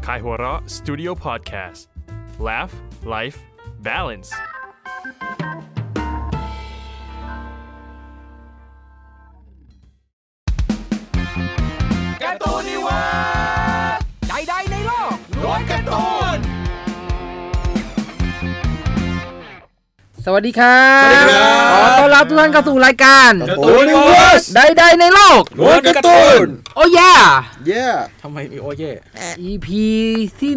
Kaihura Studio Podcast Laugh Life Balance การ์ตูนนิวาใดๆในโลกล้วนการ์ตูนสวัสดีครับขอต้อนรับทุกท่านเข้าสู่รายการการ์ตูนนิวาใดๆในโลกล้วนการ์ตูนโอ้ย่าทำไมมีโอเย่ EP ที่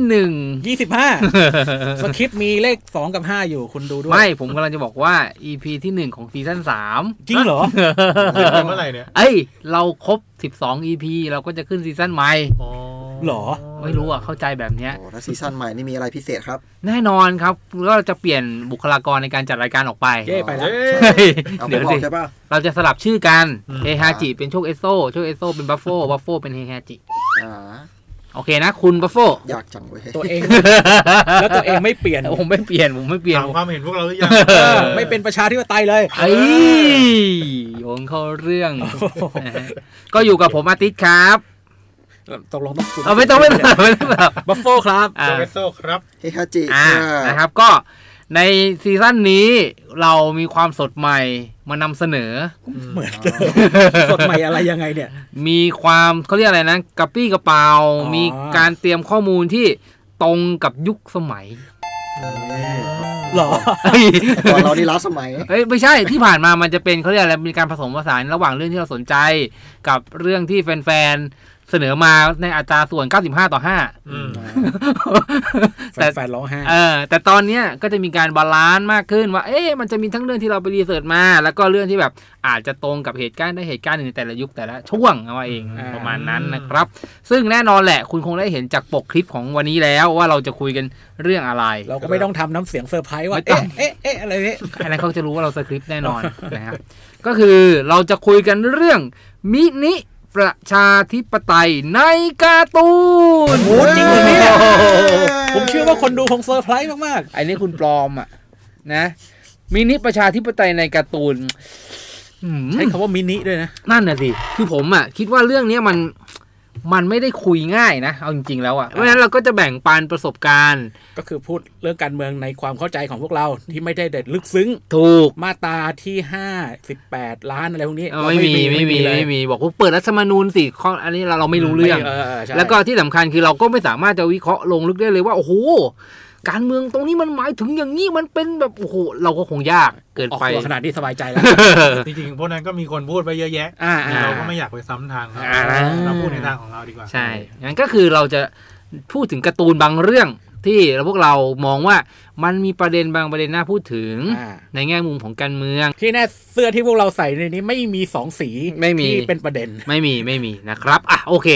25สคริปต์มีเลข2กับ5อยู่คุณดูด้วยไม่ผมกำลังจะบอกว่า EP ที่1ของซีซั่น3 จริงเหรอเมื่อไหร่เนี่ยเราครบ12 EP เราก็จะขึ้นซีซั่นใหม่หรอไม่รู้อ่ะเข้าใจแบบเนี้ยถ้าซีซั่นใหม่นี่มีอะไรพิเศษครับแน่นอนครับก็จะเปลี่ยนบุคลากรในการจัดรายการออกไปไปแล้วเดี๋ยวสิเราจะสลับชื่อกันเฮฮาจิเป็นโชคเอสโซเป็นบัฟโฟเป็นเฮฮาจิโอเคนะคุณบัฟโฟอยากจังเว้ยตัวเองแล้วตัวเองไม่เปลี่ยนผมไม่เปลี่ยนถามความเห็นพวกเราหรือยังไม่เป็นประชาธิปไตยเลยโยงเข้าเรื่องก็อยู่กับผมอาทิตย์ครับตกลงต้องไม่ต้องบัฟโฟครับครับเฮฮาจินะครับก็ในซีซั่นนี้เรามีความสดใหม่มานำเสนอเหมือนสดใหม่อะไรยังไงเนี่ยมีความเขาเรียกอะไรนะกระปี้กระเป๋ามีการเตรียมข้อมูลที่ตรงกับยุคสมัยหรอตอนเรานี่ล้าสมัยไม่ใช่ที่ผ่านมามันจะเป็นเขาเรียกอะไรมีการผสมผสานระหว่างเรื่องที่เราสนใจกับเรื่องที่แฟนเสนอมาในอัตราส่วน95-5 แต่แฟนร้องไห้แต่ตอนนี้ก็จะมีการบาลานซ์มากขึ้นว่ามันจะมีทั้งเรื่องที่เราไปรีเสิร์ชมาแล้วก็เรื่องที่แบบอาจจะตรงกับเหตุการณ์ได้เหตุการณ์ในแต่ละยุคแต่ละช่วงเอาเองประมาณนั้นนะครับซึ่งแน่นอนแหละคุณคงได้เห็นจากปกคลิปของวันนี้แล้วว่าเราจะคุยกันเรื่องอะไรเราก็ไม่ต้องทำน้ำเสียงเซอร์ไพรส์ว่าอะไรเนี่ยอันนั้นเขาจะรู้ว่าเราสคริปต์แน่นอนนะครับก็คือเราจะคุยกันเรื่องมินิประชาธิปไตยในการ์ตูนโอ้จริงเหรอเนี่ยผมเชื่อว่าคนดูคงเซอร์ไพรส์มากๆไอ้นี่คุณปลอมอ่ะนะมินิประชาธิปไตยในการ์ตูนใช้คำว่ามินิด้วยนะนั่นน่ะสิคือผมอ่ะคิดว่าเรื่องนี้มันไม่ได้คุยง่ายนะเอาจริงๆแล้วอ่ะเพราะฉะนั้นเราก็จะแบ่งปันประสบการณ์ก็คือพูดเรื่องการเมืองในความเข้าใจของพวกเราที่ไม่ได้เด็ดลึกซึ้งถูกมาตราที่18ล้านอะไรพวกนี้ไม่มีบอกว่าเปิดรัฐธรรมนูญสิข้ออันนี้เราไม่รู้เรื่องแล้วก็ที่สำคัญคือเราก็ไม่สามารถจะวิเคราะห์ลงลึกได้เลยว่าโอ้โหการเมืองตรงนี้มันหมายถึงอย่างนี้มันเป็นแบบโอ้โหเราก็คงยากเกินไปขนาดนี้สบายใจแล้วจริงๆพวกนั้นก็มีคนพูดไปเยอะแยะเราก็ไม่อยากไปซ้ำทางเราพูดในทางของเราดีกว่าใช่งั้นก็คือเราจะพูดถึงการ์ตูนบางเรื่องที่พวกเรามองว่ามันมีประเด็นบางประเด็นน่าพูดถึงในแง่มุมของการเมืองที่แน่เสื้อที่พวกเราใส่ในนี้ไม่มี2สีที่เป็นประเด็นไม่มีนะครับโอเค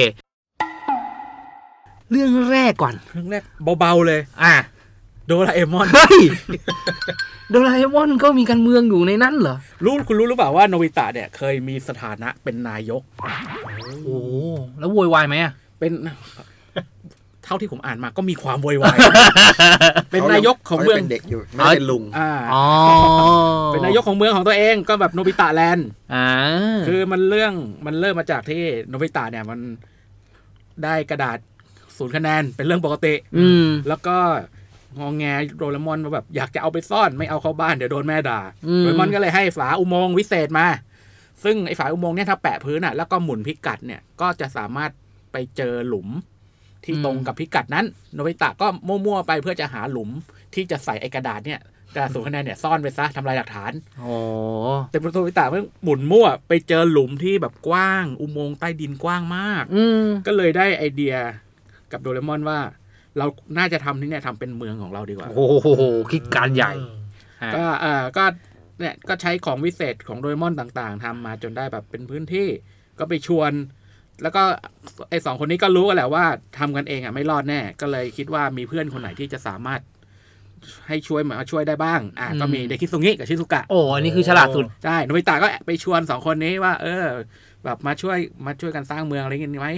เรื่องแรกก่อนเรื่องแรกเบาๆเลยโดราเอมอนโดราเอมอนก็มีการเมืองอยู่ในนั้นเหรอคุณรู้หรือเปล่าว่าโนบิตะเนี่ยเคยมีสถานะเป็นนายกโอ้แล้วโวยวายไหมอ่ะเป็นเท่าที่ผมอ่านมาก็มีความโวยวายเป็นนายกของเมืองเป็นเด็กอยู่ไม่เป็นลุงเป็นนายกของเมืองของตัวเองก็แบบโนบิตะแลนด์คือมันเริ่มมาจากที่โนบิตะเนี่ยมันได้กระดาษ0 คะแนนเป็นเรื่องปกติแล้วก็งอแงโดเรมอนมาแบบอยากจะเอาไปซ่อนไม่เอาเข้าบ้านเดี๋ยวโดนแม่ด่าโดเรมอนก็เลยให้ฝาอุโมงค์วิเศษมาซึ่งไอ้ฝาอุโมงค์เนี่ยถ้าแปะพื้นแล้วก็หมุนพิกัดเนี่ยก็จะสามารถไปเจอหลุมที่ตรงกับพิกัดนั้นโนบิตะก็มั่วๆไปเพื่อจะหาหลุมที่จะใส่ไอ้กระดาษเนี่ยกระดาษ0 คะแนนเนี่ยซ่อนไปซะทำลายหลักฐานแต่โนบิตะเพิ่งหมุนมั่วไปเจอหลุมที่แบบกว้างอุโมงค์ใต้ดินกว้างมากก็เลยได้ไอเดียกับโดเรมอนว่าเราน่าจะทำที่เนี่ยทำเป็นเมืองของเราดีกว่าโอ้โหคิดการใหญ่ก็เนี่ยก็ใช้ของวิเศษของโดเรมอนต่างๆทำมาจนได้แบบเป็นพื้นที่ก็ไปชวนแล้วก็ไอ้2 คนนี้ก็รู้กันแหละว่าทำกันเองไม่รอดแน่ก็เลยคิดว่ามีเพื่อนคนไหนที่จะสามารถให้ช่วยได้บ้างก็มีเดคิซุงิกับชิซุกะโอ้อันนี้คือฉลาดสุดใช่โนบิตะก็ไปชวน2 คนนี้ว่าแบบมาช่วยกันสร้างเมืองอะไรอย่างงี้ไหม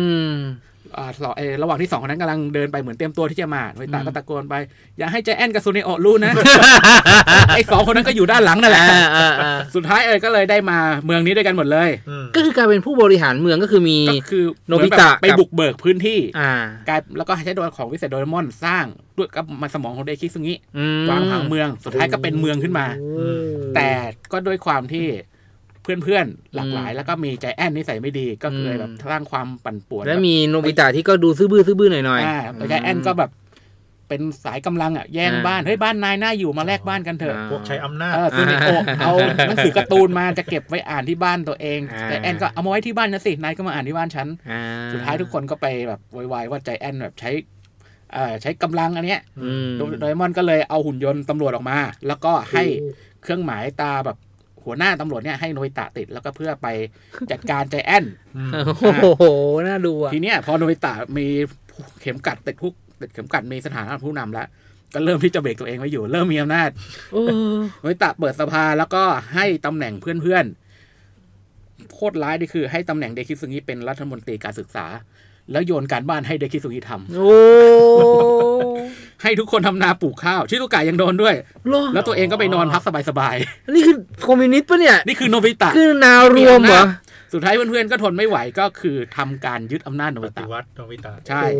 ระหว่างที่2คนนั้นกำลังเดินไปเหมือนเตรียมตัวที่จะมาโนบิตะก็ตะโกนไปอย่าให้ใจแอนกับซูเนโอะรู้นะ ไอ้2คนนั้นก็อยู่ด้านหลังนั่นแหละสุดท้ายก็เลยได้มาเมืองนี้ด้วยกันหมดเลยก็คือกลายเป็นผู้บริหารเมืองก็คือมีโนบิตะไปบุกเบิกพื้นที่กลายแล้วก็ใช้โดยของวิเศษโดเรมอนสร้างด้วยกับมันสมองของเดคิซึงิวางผังเมืองสุดท้ายก็เป็นเมืองขึ้นมาแต่ก็ด้วยความที่เพื่อนๆหลากหลายแล้วก็มีใจแอนนิสัยไม่ดีก็คือแบบสร้างความปั่นป่วนแล้วมีโนบิตะที่ก็ดูซื่อบื้อหน่อยๆใจแอนก็แบบเป็นสายกำลังแย่งบ้านเฮ้ยบ้านนายน่าอยู่มาแลกบ้านกันเถอะพวกใช้อำนาจซูเนโอะเอาหนังสือการ์ตูนมาจะเก็บไว้อ่านที่บ้านตัวเองใจแอนก็เอามาไว้ที่บ้านนะสินายก็มาอ่านที่บ้านฉันสุดท้ายทุกคนก็ไปแบบวายว่าใจแอนแบบใช้กำลังอันเนี้ยโดเรมอนก็เลยเอาหุ่นยนต์ตำรวจออกมาแล้วก็ให้เครื่องหมายตาแบบหัวหน้าตำรวจเนี่ยให้โนบิตะติดแล้วก็เพื่อไปจัดการใจแอนโอ้โหน่าดูอ่ะทีเนี้ยพอโนบิตะมีเข็มกัดติดเข็มกัดมีสถานะผู้นำแล้วก็เริ่มที่จะเบรกตัวเองไว้อยู่เริ่มมีอำนาจโนบิตะเปิดสภาแล้วก็ให้ตำแหน่งเพื่อนโคตรร้ายนี่คือให้ตำแหน่งเดคิซึงิเป็นรัฐมนตรีการศึกษาแล้วโยนการบ้านให้เดคิซึงิทำให้ทุกคนทำนาปลูกข้าวชิซุกะยังโดนด้วยแล้วตัวเองก็ไปนอนพักสบายๆนี่คือคอมมิวนิสต์ปะเนี่ยนี่คือโนบิตะคือนาวรวมเหรอสุดท้ายเพื่อนๆก็ทนไม่ไหวก็คือทำการยึดอำนาจโนบิตะโนบิตะใช่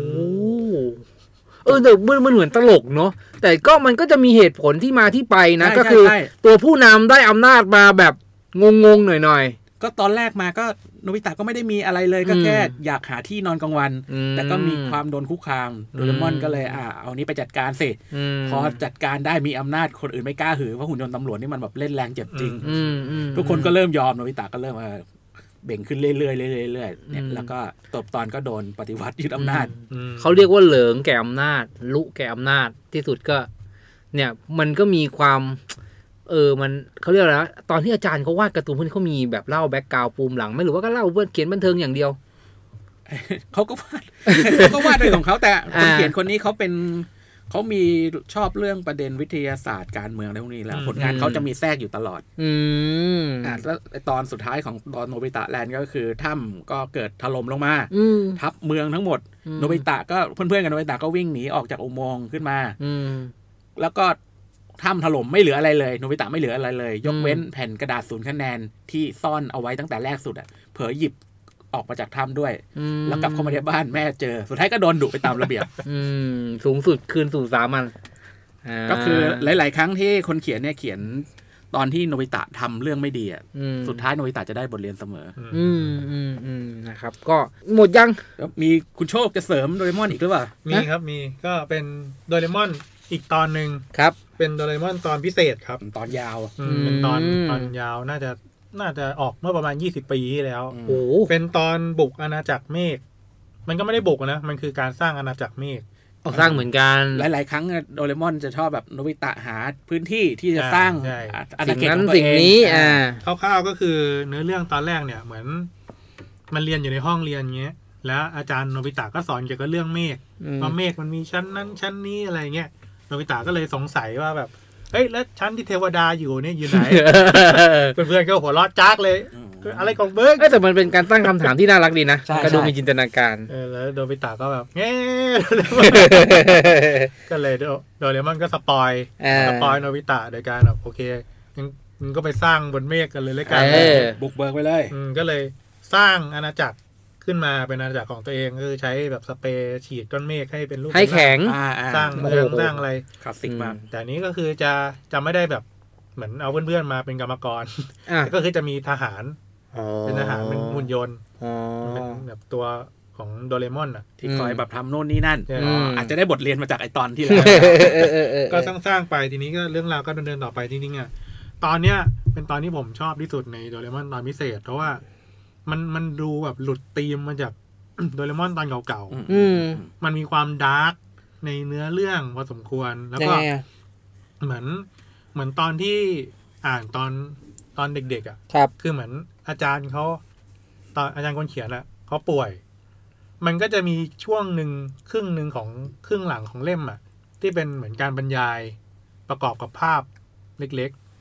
แต่มันเหมือนตลกเนาะแต่ก็มันก็จะมีเหตุผลที่มาที่ไปนะก็คือตัวผู้นำได้อำนาจมาแบบงงๆหน่อยก็ตอนแรกมาก็โนบิตะก็ไม่ได้มีอะไรเลยก็แค่อยากหาที่นอนกลางวันแต่ก็มีความโดนคุกคามโดเรมอนก็เลยเอานี้ไปจัดการสิพอจัดการได้มีอำนาจคนอื่นไม่กล้าหือเพราะหุ่นยนต์ตำรวจนี่มันแบบเล่นแรงเจ็บจริงทุกคนก็เริ่มยอมโนบิตะก็เริ่มเบ่งขึ้นเรื่อยๆเรื่อยๆเนี่ยแล้วก็ตอนก็โดนปฏิวัติยึดอำนาจเขาเรียกว่าเหลิงแก่อำนาจลุแก่อำนาจที่สุดก็เนี่ยมันก็มีความมันเขาเรียกอะไรนะตอนที่อาจารย์เขาวาดการ์ตูนพวกนี้เขามีแบบเล่าแบ็คกราวด์ปูมหลังไม่หรือว่าก็เล่าเพื่อเขียนบันเทิงอย่างเดียวเขาก็วาดด้วยของเขาแต่คนเขียนคนนี้เขามีชอบเรื่องประเด็นวิทยาศาสตร์การเมืองอะไรพวกนี้แล้วผลงานเขาจะมีแทรกอยู่ตลอดแล้วตอนสุดท้ายของตอนโนบิตะแลนด์ก็คือถ้ำก็เกิดถล่มลงมาทับเมืองทั้งหมดโนบิตะก็เพื่อนๆกับโนบิตะก็วิ่งหนีออกจากอุโมงค์ขึ้นมาแล้วก็ถ้ำถล่มไม่เหลืออะไรเลยโนบิตะไม่เหลืออะไรเลยยกเว้นแผ่นกระดาษ0 คะแนนที่ซ่อนเอาไว้ตั้งแต่แรกสุดเผยหยิบออกมาจากถ้ำด้วยแล้วกลับเข้ามาในบ้านแม่เจอสุดท้ายก็โดนดุไปตามระเบียบสูงสุดคืนสู่สามัญก็คือหลายๆครั้งที่คนเขียนเนี่ยเขียนตอนที่โนบิตะทำเรื่องไม่ดีสุดท้ายโนบิตะจะได้บทเรียนเสมอนะครับก็หมดยังมีคุณโชคจะเสริมโดเรมอนอีกหรือเปล่ามีครับมีก็เป็นโดเรมอนอีกตอนหนึ่งครับเป็นโดเรมอนตอนพิเศษครับตอนยาวเป็นตอนยาวน่าจะออกเมื่อประมาณ20 ปีที่แล้วเป็นตอนบุกอาณาจักรเมฆมันก็ไม่ได้บุกนะมันคือการสร้างอาณาจักรเมฆสร้างเหมือนกันหลายๆครั้งโดเรมอนจะชอบแบบโนบิตะหาพื้นที่ที่จะสร้างอาณาเขตของตัวเองคร่าวๆก็คือเนื้อเรื่องตอนแรกเนี่ยเหมือนมันเรียนอยู่ในห้องเรียนเงี้ยแล้วอาจารย์โนบิตะก็สอนเกี่ยวกับเรื่องเมฆว่าเมฆมันมีชั้นนั้นชั้นนี้อะไรเงี้ยโนบิตะก็เลยสงสัยว่าแบบเฮ้ยแล้วชั้นที่เทวดาอยู่เนี่ยอยู่ไหน เพื่อนๆก็หัวเราะจ๊ากเลยอะไรของเบิร์กแต่มันเป็นการตั้งคำถามที่น่ารักดีนะก็ดูมีจินตนาการแล้วโนบิตะก็แบบเงี้ยก็เลยโดเรมอนก็สปอยโนบิตะโดยการแบบโอเคงั้นก็ไปสร้างบนเมฆกันเลยแล้วกันบุกเบิกไปเลยก็เลยสร้างอาณาจักรขึ้นมาเป็นอาณาจักรของตัวเองก็คือใช้แบบสเปรย์ฉีดก้อนเมฆให้เป็นรูปให้แข็งสร้างเมืองสร้างอะไรคลาสสิกมากแต่นี้ก็คือจะไม่ได้แบบเหมือนเอาเพื่อนๆมาเป็นกรรมกรก็คือจะมีทหารเป็นทหารเป็นหุ่นยนต์เป็นแบบตัวของโดเรมอนที่คอยแบบทำโน่นนี่นั่นอาจจะได้บทเรียนมาจากไอตอนที่แล้วก็สร้างไปทีนี้ก็เรื่องราวก็ดำเนินต่อไปจริงๆตอนเนี้ยเป็นตอนที่ผมชอบที่สุดในโดเรมอนตอนพิเศษเพราะว่ามันดูแบบหลุดธีมมาจาก โดเรมอนตอนเก่าๆมันมีความดาร์กในเนื้อเรื่องพอสมควรแล้วก็เหมือนตอนที่อ่านตอนเด็กๆคือเหมือนอาจารย์เขาตอนอาจารย์คนเขียนเขาป่วยมันก็จะมีช่วงหนึ่งครึ่งหนึ่งของครึ่งหลังของเล่มที่เป็นเหมือนการบรรยายประกอบกับภาพเล็ก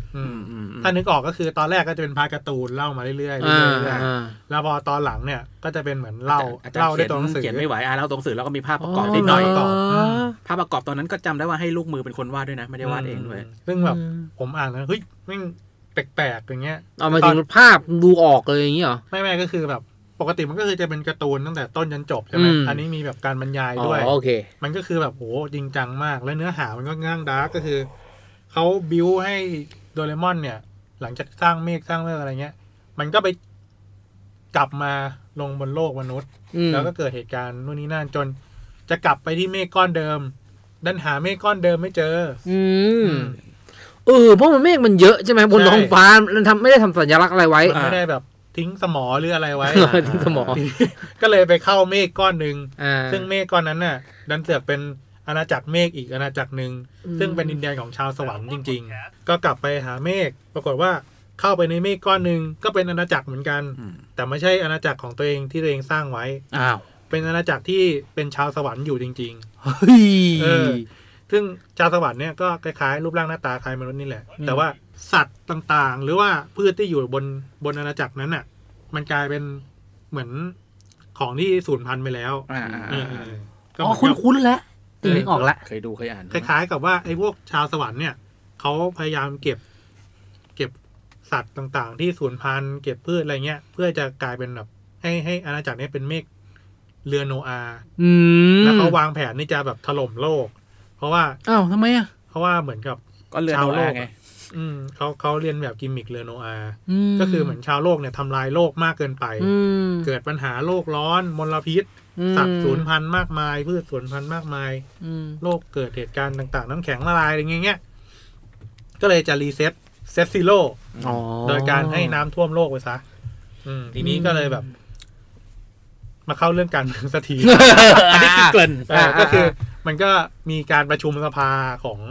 ถ้านึกออกก็คือตอนแรกก็จะเป็นพาร์ทการ์ตูนเล่ามาเรื่อยๆแล้วพอตอนหลังเนี่ยก็จะเป็นเหมือนเล่าด้วยตัวหนังสือเขียนไม่ไหวเล่าตัวหนังสือแล้วก็มีภาพประกอบนิดหน่อยภาพประกอบตอนนั้นก็จำได้ว่าให้ลูกมือเป็นคนวาดด้วยนะไม่ได้วาดเองด้วยซึ่งแบบผมอ่านแล้วเฮ้ยแม่งแปลกๆอย่างเงี้ยหมายถึงภาพดูออกเลยอย่างเงี้ยเหรอไม่ก็คือแบบปกติมันก็คือจะเป็นการ์ตูนตั้งแต่ต้นจนจบใช่ไหมอันนี้มีแบบการบรรยายด้วยโอเคมันก็คือแบบโหจริงจังมากและเนื้อหามันก็ง่างดาร์กก็คือเขาบิ้วให้โดเรมอนเนี่ยหลังจากสร้างเมฆสร้างอะไรเงี้ยมันก็ไปกลับมาลงบนโลกมนุษย์แล้วก็เกิดเหตุการณ์นู่นนี่นั่นจนจะกลับไปที่เมฆก้อนเดิมดันหาเมฆก้อนเดิมไม่เจอเพราะมันเมฆมันเยอะใช่ไหมบนท้องฟ้ามันไม่ได้ทำสัญลักษณ์อะไรไว้ไม่ได้แบบทิ้งสมอหรืออะไรไว้ทิ้งสมอก็เลยไปเข้าเมฆก้อนนึงซึ่งเมฆก้อนนั้นน่ะดันเสือกเป็นอาณาจักรเมฆอีกอาณาจักรนึงซึ่งเป็นดินแดนของชาวสวรรค์จริงๆก็กลับไปหาเมฆปรากฏว่าเข้าไปในเมฆก้อนนึงก็เป็นอาณาจักรเหมือนกันแต่ไม่ใช่อาณาจักรของตัวเองที่ตัวเองสร้างไว้เป็นอาณาจักรที่เป็นชาวสวรรค์อยู่จริงๆซึ่งชาวสวรรค์เนี่ยก็คล้ายๆรูปร่างหน้าตาคล้ายมนุษย์นี่แหละแต่ว่าสัตว์ต่างๆหรือว่าพืชที่อยู่บนอาณาจักรนั้นน่ะมันกลายเป็นเหมือนของที่สูญพันธุ์ไปแล้วคุ้นๆแล้วนึกออกละเคยอ่านคล้ายๆกับว่าไอ้พวกชาวสวรรค์เนี่ยเขาพยายามเก็บสัตว์ต่างๆที่สูญพันธุ์เก็บพืชอะไรเงี้ยเพื่อจะกลายเป็นแบบให้อาณาจักรนี้เป็นเมฆเรือโนอาห์แล้วเขาวางแผนที่จะแบบถล่มโลกเพราะว่าทำไมอ่ะเพราะว่าเหมือนกับก็เรือโนอาห์ไงเขาเรียนแบบกิมมิคเรือโนอาห์ก็คือเหมือนชาวโลกเนี่ยทำลายโลกมากเกินไปเกิดปัญหาโลกร้อนมลพิษสัตว์สูญพันธุ์มากมายพืชสูญพันธุ์มากมายโลกเกิดเหตุการณ์ต่างๆน้ำแข็งละลายอะไรเงี้ยก็เลยจะรีเซ็ตซีโร่โดยการให้น้ำท่วมโลกไปซะทีนี้ก็เลยแบบมาเข้าเรื่องการเมืองสักทีอันนี้คือเกินก็คือมันก็มีการประชุมสภาของ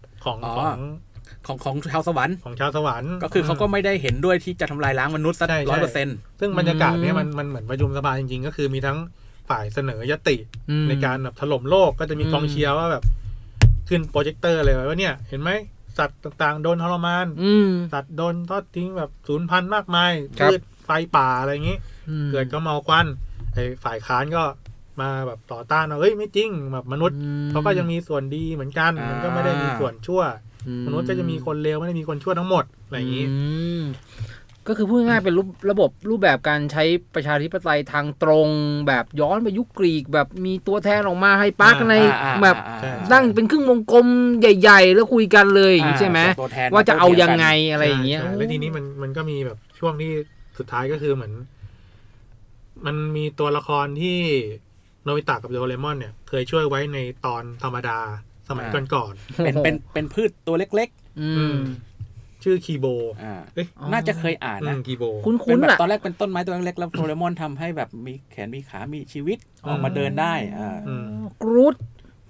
ชาวสวรรค์ของชาวสวรรค์ก็คือเขาก็ไม่ได้เห็นด้วยที่จะทำลายล้างมนุษย์สัก 100% ซึ่งบรรยากาศนี้มันเหมือนประชุมสภาจริงๆก็คือมีทั้งฝ่ายเสนอยติในการแบบถล่มโลกก็จะมีกองเชียร์ว่าแบบขึ้นโปรเจคเตอร์อะไรไว้ว่าเนี่ยเห็นไหมสัตว์ต่างๆโดนทรมานสัตว์โดนทอดทิ้งแบบสูญพันธุ์มากมายพืชไฟป่าอะไรอย่างนี้เกิดก็เมาควันไอ้ฝ่ายค้านก็มาแบบต่อต้านว่าเฮ้ยไม่จริงแบบมนุษย์เขาก็ยังมีส่วนดีเหมือนกันมันก็ไม่ได้มีส่วนชั่วมนุษย์ก็จะมีคนเลวไม่ได้มีคนชั่วทั้งหมดอะไรอย่างนี้ก็คือพูดง่ายๆเป็นรูปแบบการใช้ประชาธิปไตยทางตรงแบบย้อนไปยุคกรีกแบบมีตัวแทนออกมาให้ปาร์คในแบบตั้งเป็นครึ่งวงกลมใหญ่ๆแล้วคุยกันเลยอย่างนี้ใช่ไหมว่าจะเอายังไงอะไรอย่างเงี้ยแล้วทีนี้มันก็มีแบบช่วงที่สุดท้ายก็คือเหมือนมันมีตัวละครที่โนบิตะกับโดเรมอนเนี่ยเคยช่วยไว้ในตอนธรรมดาสมัยก่อนๆเป็นพืชตัวเล็กๆชื่อคีโบน่าจะเคยอ่านนะคีโบคุ้นๆแบบตอนแรกเป็นต้นไม้ตัวเล็กๆแล้วโดเรมอนทำให้แบบมีแขนมีขามีชีวิตออกมาเดินได้กรูด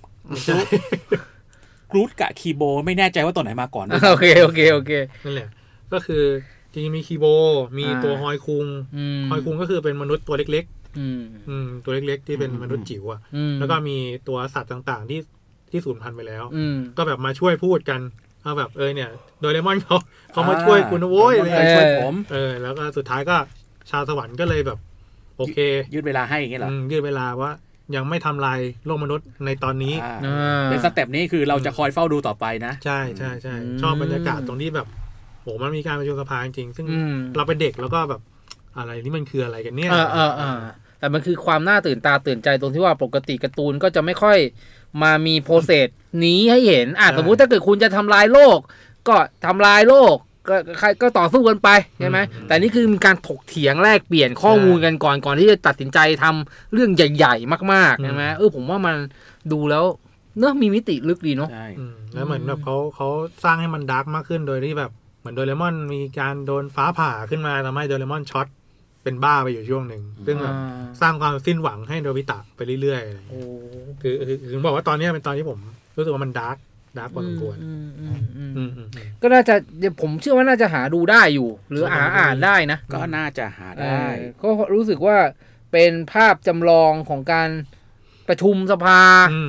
กับคีโบไม่แน่ใจว่าตัวไหนมาก่อนโอเคนั่นแหละก็คือจริงๆมีคีโบมีตัวฮอยคุงก็คือเป็นมนุษย์ตัวเล็กๆตัวเล็กๆที่เป็นมนุษย์จิ๋วอ่ะแล้วก็มีตัวสัตว์ต่างๆที่สูญพันธุ์ไปแล้วก็แบบมาช่วยพูดกันเอาแบบเนี่ยโดเรมอนเขามาช่วยคุณนะโว้ยช่วยผมแล้วก็สุดท้ายก็ชาวสวรรค์ก็เลยแบบโอเคยืดเวลาให้อย่างเงี้ยเหรอยืดเวลาว่ายังไม่ทำลายโลกมนุษย์ในตอนนี้เป็นสเต็ปนี้คือเราจะคอยเฝ้าดูต่อไปนะใช่ชอบบรรยากาศตรงที่แบบโหมันมีการประชุมสภาจริงๆซึ่งเราเป็นเด็กแล้วก็แบบอะไรนี่มันคืออะไรกันเนี่ยแต่มันคือความน่าตื่นตาตื่นใจตรงที่ว่าปกติการ์ตูนก็จะไม่ค่อยมามีโปรเซสนี้ให้เห็นสมมุติถ้าเกิดคุณจะทำลายโลกก็ทำลายโลกก็ต่อสู้กันไปใช่ไหมแต่นี่คือมีการถกเถียงแลกเปลี่ยนข้อมูลกันก่อนที่จะตัดสินใจทำเรื่องใหญ่ๆมากๆใช่ไหมผมว่ามันดูแล้วเนอะมีมิติลึกดีเนาะแล้วเหมือนแบบเขาสร้างให้มันดาร์กมากขึ้นโดยที่แบบเหมือนโดเรมอนมีการโดนฟ้าผ่าขึ้นมาทำให้โดเรมอนช็อตเป็นบ้าไปอยู่ช่วงหนึ่งซึ่งแบบสร้างความสิ้นหวังให้โนบิตะไปเรื่อยๆคือถึงบอกว่าตอนนี้เป็นตอนที่ผมรู้สึกว่ามันดาร์กพอสมควรก็น่าจะผมเชื่อว่าน่าจะหาดูได้อยู่หรืออ่านได้นะก็น่าจะหาได้ก็รู้สึกว่าเป็นภาพจำลองของการประชุมสภา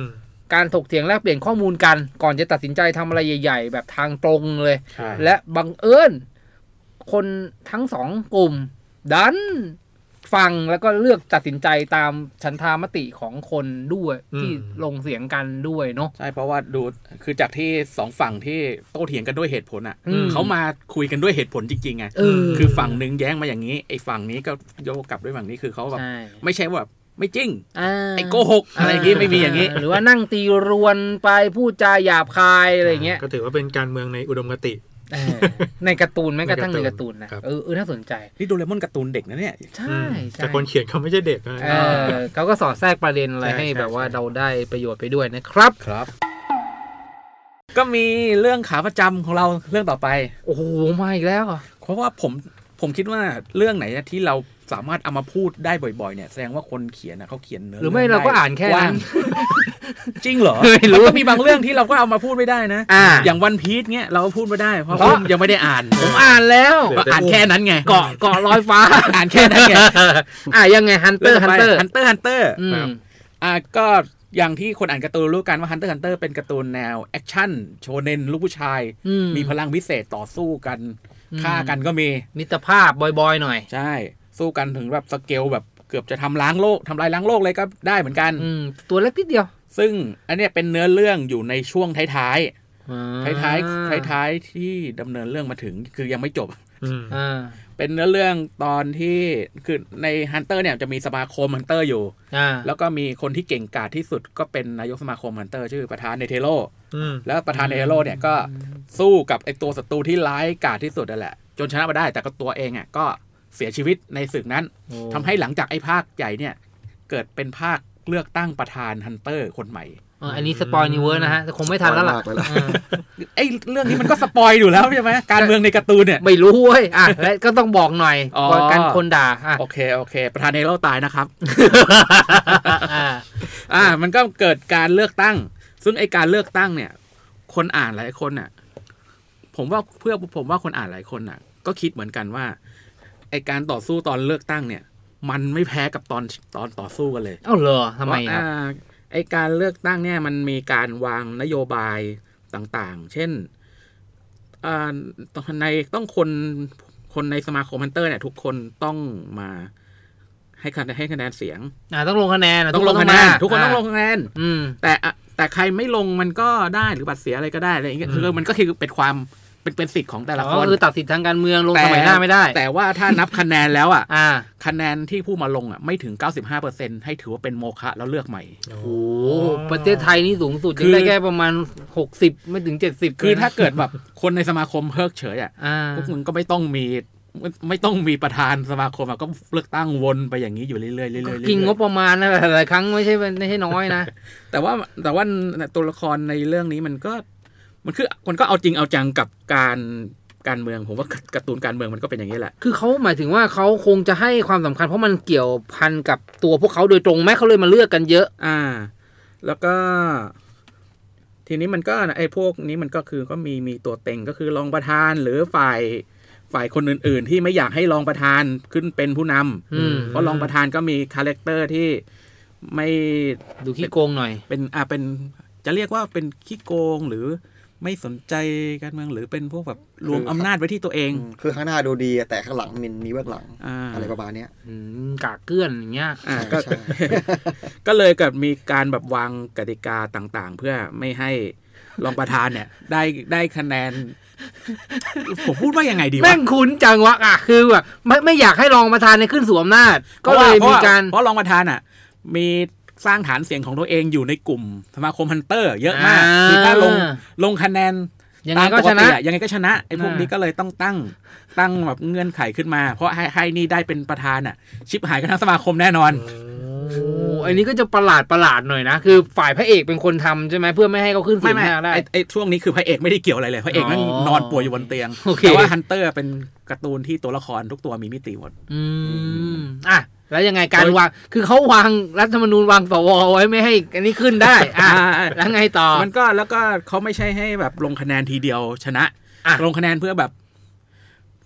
การถกเถียงแลกเปลี่ยนข้อมูลกันก่อนจะตัดสินใจทำอะไรใหญ่ๆแบบทางตรงเลยและบังเอิญคนทั้งสองกลุ่มดันฟังแล้วก็เลือกตัดสินใจตามฉันทามติของคนด้วยที่ลงเสียงกันด้วยเนาะใช่เพราะว่าดูคือจากที่สองฝั่งที่โต้เถียงกันด้วยเหตุผลอ่ะเขามาคุยกันด้วยเหตุผลจริงๆไงคือฝั่งนึงแย้งมาอย่างนี้ไอ้ฝั่งนี้ก็โยกกลับด้วยฝั่งนี้คือเขาแบบไม่ใช่ว่าไม่จริงไอ้โกหกอะไรอย่างงี้ไม่มีอย่างงี้หรือว่านั่งตีรวนไปพูดจาหยาบคายอะไรอย่างเงี้ยก็ถือว่าเป็นการเมืองในอุดมคติในการ์ตูนแม้กระทั่งในการ์ตูนนะน่าสนใจนี่โดเรมอนการ์ตูนเด็กนะเนี่ยใช่แต่คนเขียนเขาไม่ใช่เด็กนะเขาก็สอดแทรกประเด็นอะไรให้แบบว่าเราได้ประโยชน์ไปด้วยนะครับก็มีเรื่องขาประจำของเราเรื่องต่อไปโอ้โหมาอีกแล้วเพราะว่าผมคิดว่าเรื่องไหนที่เราสามารถเอามาพูดได้บ่อยๆเนี่ยแสดงว่าคนเขียนเขาเขียนเนื้อหรือไม่เราก็อ่านแค่นั้นจริงเหรอมันก็มีบางเรื่องที่เราก็เอามาพูดไม่ได้นะอย่างวันพีซเงี้ยเราก็พูดไม่ได้เพราะยังไม่ได้อ่านผมอ่านแล้วอ่านแค่นั้นไงเกาะลอยฟ้าอ่านแค่นั้นไงยังไงฮันเตอร์ก็อย่างที่คนอ่านการ์ตูนรู้กันว่า Hunter x Hunter เป็นการ์ตูนแนวแอคชั่นโชเน็นลูกผู้ชายมีพลังพิเศษต่อสู้กันฆ่ากันก็มีมิตรภาพบอยๆหน่อยใช่สู้กันถึงแบบสเกลแบบเกือบจะทำลายล้างโลกเลยก็ได้เหมือนกันตัวเล็กนิดเดียวซึ่งอันนี้เป็นเนื้อเรื่องอยู่ในช่วงท้ายที่ดำเนินเรื่องมาถึงคือยังไม่จบเป็นเนื้อเรื่องตอนที่คือใน Hunter เนี่ยจะมีสมาคม Hunter อยู่แล้วก็มีคนที่เก่งกาจที่สุดก็เป็นนายกสมาคม Hunter ชื่อประธานเนเธโร่แล้วประธานเนเธโร่เนี่ยก็สู้กับไอตัวศัตรูที่ร้ายกาจที่สุดนั่นแหละจนชนะมาได้แต่ก็ตัวเองอ่ะก็เสียชีวิตในศึกนั้นทำให้หลังจากไอ้ภาคใหญ่เนี่ยเกิดเป็นภาคเลือกตั้งประธาน Hunter คนใหม่อันนี้สปอยนิเวิร์สนะฮะคงไม่ทันแล้วล่ะไอ้เรื่องนี้มันก็สปอยอยู่แล้วใช่ไหมการเมืองในการ์ตูนเนี่ยไม่รู้เว้ยและก็ต้องบอกหน่อยก่อนการคนด่าโอเคประธานเนโร่ตายนะครับมันก็เกิดการเลือกตั้งซึ่งไอ้การเลือกตั้งเนี่ยคนอ่านหลายคนน่ะผมว่าคนอ่านหลายคนน่ะก็คิดเหมือนกันว่าไอ้การต่อสู้ตอนเลือกตั้งเนี่ยมันไม่แพ้กับตอนต่อสู้กันเลยเหรอทำไมครับไอการเลือกตั้งเนี่ยมันมีการวางนโยบายต่างๆเช่นต้องคนในสมาคม Hunter เนี่ยทุกคนต้องมาให้คะแนนเสียงต้องลงคะแนนทุกคนต้องลงคะแนนแต่ใครไม่ลงมันก็ได้หรือบัตรเสียอะไรก็ได้อะไรอย่างเงี้ยคือมันก็คือเป็นสิทธิ์ของแต่ละคนคือตัดสิทธิ์ทางการเมืองลงสมัยหน้าไม่ได้แต่ว่าถ้านับคะแนนแล้วคะแนนที่ผู้มาลงไม่ถึง 95% ให้ถือว่าเป็นโมฆะแล้วเลือกใหม่โอ้โหประเทศไทยนี่สูงสุดได้แค่ประมาณ60ไม่ถึง70 คือถ้าเกิดแบบคนในสมาคมเพิกเฉยพวกมึงก็ไม่ต้องมีประธานสมาคมก็เลือกตั้งวนไปอย่างนี้อยู่เรื่อยๆกินงบประมาณนะหลายครั้งไม่ใช่น้อยนะแต่ว่าตัวละครในเรื่องนี้มันก็เอาจริงเอาจังกับการเมืองผมว่าการ์ตูนการเมืองมันก็เป็นอย่างนี้แหละคือเขาหมายถึงว่าเขาคงจะให้ความสำคัญเพราะมันเกี่ยวพันกับตัวพวกเขาโดยตรงแม้เขาเลยมาเลือกกันเยอะแล้วก็ทีนี้มันก็ไอ้พวกนี้มันก็คือก็มีตัวเต็งก็คือรองประธานหรือฝ่ายคนอื่นๆที่ไม่อยากให้รองประธานขึ้นเป็นผู้นำเพราะรองประธานก็มีคาแรคเตอร์ที่ไม่ดูขี้โกงหน่อยเป็นจะเรียกว่าเป็นขี้โกงหรือไม่สนใจการเมืองหรือเป็นพวกแบบรวมอำนาจไว้ที่ตัวเองคือข้างหน้าดูดีแต่ข้างหลังมีเบื้องหลังอะไรประมาณนี้กากเกื้อนอย่างเงี้ยก็เลยกับมีการแบบวางกติกาต่างๆเพื่อไม่ให้รองประธานเนี่ยได้คะแนนผมพูดว่ายังไงดีวะแม่งคุ้นจังวะคือแบบไม่อยากให้รองประธานเนี่ยขึ้นสู่อำนาจก็เลยมีการเพราะรองประธานมีสร้างฐานเสียงของตัวเองอยู่ในกลุ่มสมาคม Hunter เยอะมากคือถ้าลงคะแนนยังไงก็ชนะไอ้พวกนี้ก็เลยต้องตั้งแบบเงื่อนไขขึ้นมาเพราะให้นี่ได้เป็นประธานชิบหายกันทั้งสมาคมแน่นอนอันนี้ก็จะประหลาดหน่อยนะคือฝ่ายพระเอกเป็นคนทำใช่ไหมเพื่อไม่ให้เขาขึ้นสู่อำนาจได้ไอ้ช่วงนี้คือพระเอกไม่ได้เกี่ยวอะไรเลยพระเอกนั่งนอนป่วยอยู่บนเตียงแต่ว่า Hunter เป็นการ์ตูนที่ตัวละครทุกตัวมีมิติหมดแล้วยังไงการวางคือเขาวางรัฐธรรมนูญวางสวไว้ไม่ให้อันนี้ขึ้นได้แล้วไงต่อมันก็แล้วก็เขาไม่ใช่ให้แบบลงคะแนนทีเดียวชนะลงคะแนนเพื่อแบบ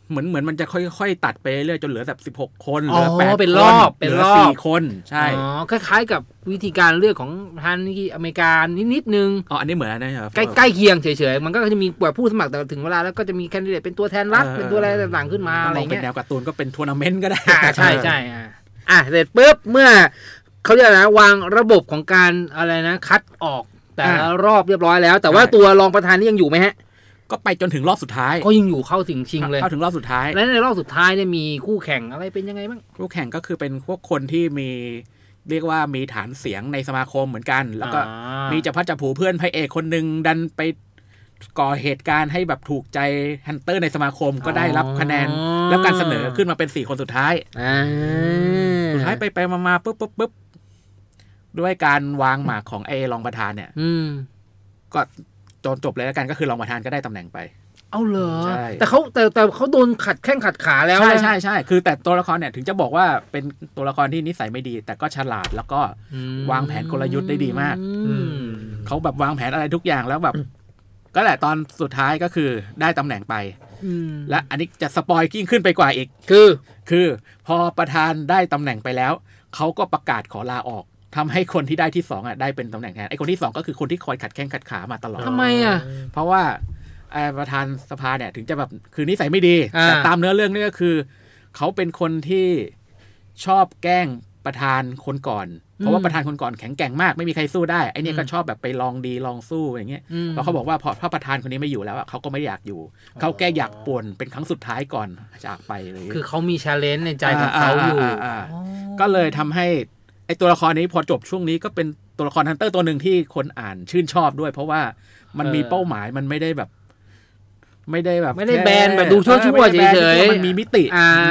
เหมือนมันจะค่อยๆตัดไปเรื่อยจนเหลือแบบ16คนเหอ๋ลืออ8 เป็นคนรอบเหเป็นลืรออบ 4คนใช่อ๋อคล้ายๆกับวิธีการเลือกของทางอเมริกานิดนึงอ๋ออันนี้เหมือนนะครับใกล้เคียงเฉยๆมันก็จะมีแบบผู้สมัครแต่ถึงเวลาแล้วก็จะมีแคนดิเดตเป็นตัวแทนรัฐเป็นตัวอะไรต่างๆขึ้นมาอะไรมองเป็นเงี้ยแนวการ์ตูนก็เป็นทัวร์นาเมนต์ก็ได้ใช่เสร็จปุ๊บเมื่อเขาเรียกนะวางระบบของการอะไรนะคัดออกแต่ละรอบเรียบร้อยแล้ว แต่ว่าตัวรองประธานนี่ยังอยู่ไหมฮะก็ไปจนถึงรอบสุดท้ายก็ยังอยู่เข้าถึงชิงเลยเข้าถึงรอบสุดท้ายและในรอบสุดท้ายเนี่ยมีคู่แข่งอะไรเป็นยังไงบ้างคู่แข่งก็คือเป็นพวกคนที่มีเรียกว่ามีฐานเสียงในสมาคมเหมือนกัน แล้วก็มีจับพัดจับผูเพื่อนพระเอกคนหนึ่งดันไปก่อเหตุการณ์ให้แบบถูกใจฮันเตอร์ในสมาคมก็ได้รับคะแนนแล้วการเสนอขึ้นมาเป็น4คนสุดท้ายสุดท้ายไปมาปุ๊บด้วยการวางหมากของไอ้รองประธานเนี่ยก็จนจบเลยแล้วกันก็คือรองประธานก็ได้ตำแหน่งไปเอาเหรอใช่แต่เขาโดนขัดแข้งขัดขาแล้วใช่คือแต่ตัวละครเนี่ยถึงจะบอกว่าเป็นตัวละครที่นิสัยไม่ดีแต่ก็ฉลาดแล้วก็วางแผนกลยุทธ์ได้ดีมากเขาแบบวางแผนอะไรทุกอย่างแล้วแบบก็แหละตอนสุดท้ายก็คือได้ตำแหน่งไปและอันนี้จะสปอยยิ่งขึ้นไปกว่าอีกคือพอประธานได้ตำแหน่งไปแล้วเขาก็ประกาศขอลาออกทำให้คนที่ได้ที่2อ่ะได้เป็นตำแหน่งแทนไอ้คนที่2ก็คือคนที่คอยขัดแข้งขัดขามาตลอดทำไมอ่ะเพราะว่าประธานสภาเนี่ยถึงจะแบบคือนิสัยไม่ดีแต่ตามเนื้อเรื่องนี่ก็คือเขาเป็นคนที่ชอบแกล้งประธานคนก่อนเพราะว่าประธานคนก่อนแข็งแกร่งมากไม่มีใครสู้ได้ไอ้นี่ก็ชอบแบบไปลองดีลองสู้อย่างเงี้ยแล้วเขาบอกว่าพอประธานคนนี้ไม่อยู่แล้วเขาก็ไม่อยากอยู่เขาแค่อยากป่วนเป็นครั้งสุดท้ายก่อนจากไปเลยคือเขามี challenge ในใจของเขาอยู่ก็เลยทำให้ไอ้ตัวละครนี้พอจบช่วงนี้ก็เป็นตัวละครฮันเตอร์ตัวหนึ่งที่คนอ่านชื่นชอบด้วยเพราะว่ามันมีเป้าหมายมันไม่ได้แบนแบบดูชั่วๆเฉยๆมันมีมิติ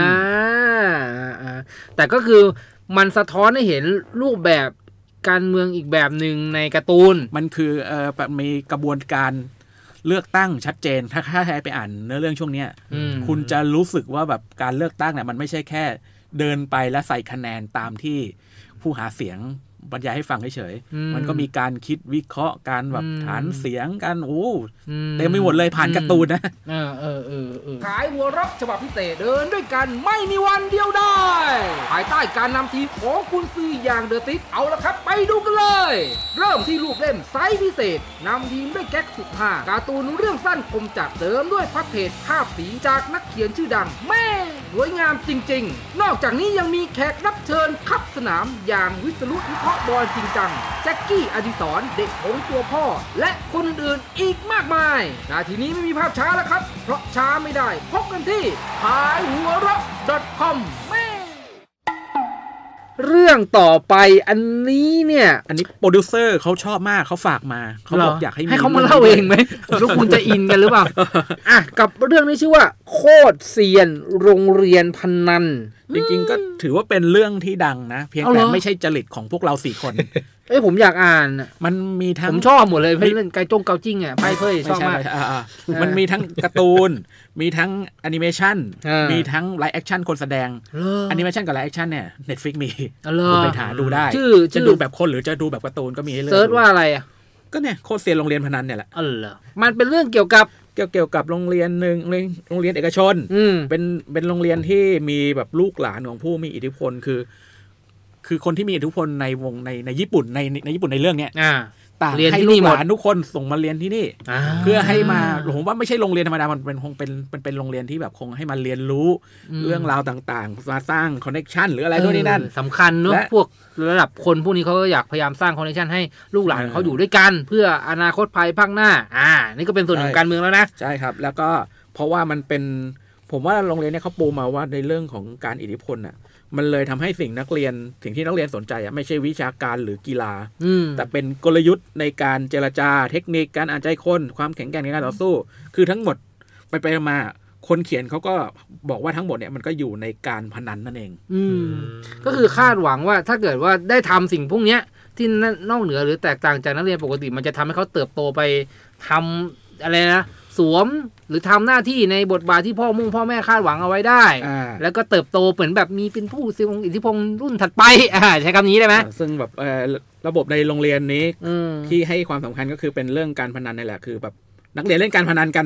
แต่ก็คือมันสะท้อนให้เห็นรูปแบบการเมืองอีกแบบหนึ่งในการ์ตูนมันคือมีกระบวนการเลือกตั้งชัดเจนถ้าใครไปอ่านเนื้อเรื่องช่วงนี้คุณจะรู้สึกว่าแบบการเลือกตั้งเนี่ยมันไม่ใช่แค่เดินไปแล้วใส่คะแนนตามที่ผู้หาเสียงบรรยายให้ฟังเฉยๆมันก็มีการคิดวิเคราะห์การแบบฐานเสียงกันเต็มไปหมดเลยผ่านการ์ตูนนะขายหัวเราะฉบับพิเศษเดินด้วยกันไม่มีวันเดียวได้ภายใต้การนำทีมของคุณซีอย่างเดอะติ๊กเอาละครับไปดูกันเลยเริ่มที่รูปเล่มไซส์พิเศษนำทีมด้วยแก๊กสุดฮาการ์ตูนเรื่องสั้นคมจัดเสริมด้วยพับเพจภาพสีจากนักเขียนชื่อดังแม่สวยงามจริงๆนอกจากนี้ยังมีแขกรับเชิญขับสนามอย่างวิศรุวิเคราะห์บอลจริงจังแจ็คกี้อดิศรเด็กของตัวพ่อและคนอื่นๆอีกมากมายนาทีนี้ไม่มีภาพช้าแล้วครับเพราะช้าไม่ได้พบกันที่ขายหัวเราะ .com แม่เรื่องต่อไปอันนี้เนี่ยอันนี้โปรดิวเซอร์เขาชอบมากเขาฝากมาเขาบอกอยากให้เขามาเล่าเองไหมทุกคุณจะอินกันหรือเปล่ากับเรื่องนี้ชื่อว่าโคตรเซียนโรงเรียนพนันจริงๆก็ถือว่าเป็นเรื่องที่ดังนะเพียงแต่ไม่ใช่จริตของพวกเรา4คนผมอยากอ่านมันมีทั้งผมชอบหมดเลยเล่นไก่เกาจิ้งไพ่เพ่ยชอบมากมันมีทั้งการ์ตูนมีทั้งแอนิเมชันมีทั้งไลฟ์แอคชั่นคนแสดงแอนิเมชันกับไลฟ์แอคชั่นเนี่ย Netflix มีคุณไปหาดูได้จะดูแบบคนหรือจะดูแบบการ์ตูนก็มีให้เลือกเซิร์ชว่าอะไรอ่ะก็เนี่ยโคตรเซียนโรงเรียนพนันเนี่ยแหละมันเป็นเรื่องเกี่ยวกับโรงเรียนนึงโรงเรียนเอกชนเป็นโรงเรียนที่มีแบบลูกหลานของผู้มีอิทธิพลคือคนที่มีอิทธิพลในวงในญี่ปุ่นในญี่ปุ่นในเรื่องเนี้ยต่างให้ลูกหลานทุกคนส่งมาเรียนที่นี่เพื่อให้มาผมว่าไม่ใช่โรงเรียนธรรมดามันเป็นโรงเรียนที่แบบคงให้มาเรียนรู้เรื่องราวต่างๆมาสร้างคอนเนคชั่นหรืออะไรด้วยนี่นั่นสำคัญเนอะพวกระดับคนพวกนี้เขาก็อยากพยายามสร้างคอนเนคชั่นให้ลูกหลานเขาอยู่ด้วยกันเพื่ออนาคตภายภาคหน้านี่ก็เป็นส่วนของการเมืองแล้วนะใช่ครับแล้วก็เพราะว่ามันเป็นผมว่าโรงเรียนเนี่ยเขาปูมาว่าในเรื่องของการอิทธิพลน่ะมันเลยทำให้สิ่งที่นักเรียนสนใจไม่ใช่วิชาการหรือกีฬาแต่เป็นกลยุทธ์ในการเจรจาเทคนิคการอ่านใจคนความแข็งแกร่งในการต่อสู้คือทั้งหมดไปมาคนเขียนเขาก็บอกว่าทั้งหมดเนี่ยมันก็อยู่ในการพนันนั่นเองก็คือคาดหวังว่าถ้าเกิดว่าได้ทำสิ่งพวกนี้ที่นอกเหนือหรือแตกต่างจากนักเรียนปกติมันจะทำให้เขาเติบโตไปทำอะไรนะสวมหรือทำหน้าที่ในบทบาทที่พ่อแม่คาดหวังเอาไว้ได้แล้วก็เติบโตเหมือนแบบมีเป็นผู้ทรงอิทธิพลรุ่นถัดไปใช้คำนี้ได้ไหมซึ่งแบบระบบในโรงเรียนนี้ที่ให้ความสำคัญก็คือเป็นเรื่องการพนันนี่แหละคือแบบนักเรียนเล่นการพนันกัน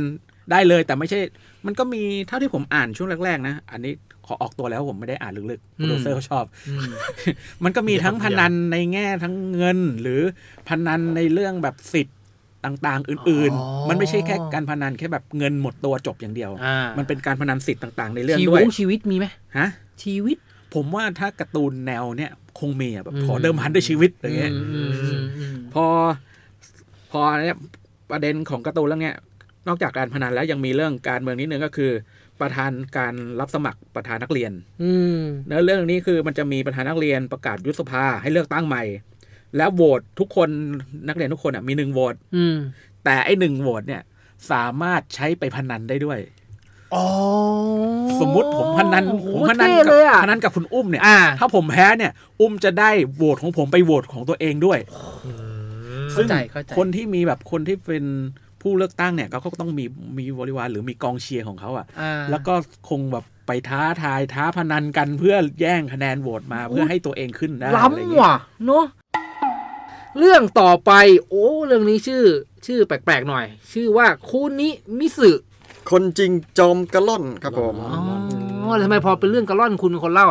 ได้เลยแต่ไม่ใช่มันก็มีเท่าที่ผมอ่านช่วงแรกๆนะอันนี้ขอออกตัวแล้วผมไม่ได้อ่านลึกๆโปรดิวเซอร์เขาชอบมันก็มีทั้งพนันในแง่ทั้งเงินหรือพนันในเรื่องแบบสิทธิ์ต่างๆอื่นๆมันไม่ใช่แค่การพนันแค่แบบเงินหมดตัวจบอย่างเดียวมันเป็นการพนันสิทธิ์ต่างๆในเรื่องด้วยชีวิตมีไหมฮะชีวิตผมว่าถ้าการ์ตูนแนวเนี้ยคงมีแบบขอเดิมพันด้วยชีวิตอะไรเงี้ยพอเนี่ยประเด็นของการ์ตูนเรื่องเนี้ยนอกจากการพนันแล้วยังมีเรื่องการเมืองนิดนึงก็คือประธานการรับสมัครประธานนักเรียนแล้วเรื่องนี้คือมันจะมีประธานนักเรียนประกาศยุบสภาให้เลือกตั้งใหม่แล้วโหวตทุกคนนักเรียนทุกคนมี1โหวตแต่ไอ้1โหวตเนี่ยสามารถใช้ไปพนันได้ด้วยสมมุติผมพนันกับคุณอุ้มเนี่ยถ้าผมแพ้เนี่ยอุ้มจะได้โหวตของผมไปโหวตของตัวเองด้วยซึ่งคนที่มีแบบคนที่เป็นผู้เลือกตั้งเนี่ยเขาก็ต้องมีบริวารหรือมีกองเชียร์ของเขาแล้วก็คงแบบไปท้าทายท้าพนันกันเพื่อแย่งคะแนนโหวตมาเพื่อให้ตัวเองขึ้นได้ล้ำว่ะเนาะเรื่องต่อไปเรื่องนี้ชื่อแปลกๆหน่อยชื่อว่าคุนิมิสึคนจริงจอมกระล่อนครับผมทำไมพอเป็นเรื่องกระล่อนคุณเป็นคนเล่า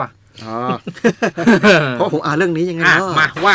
เพราะผมอ่านเรื่องนี้ยังไงมาว่า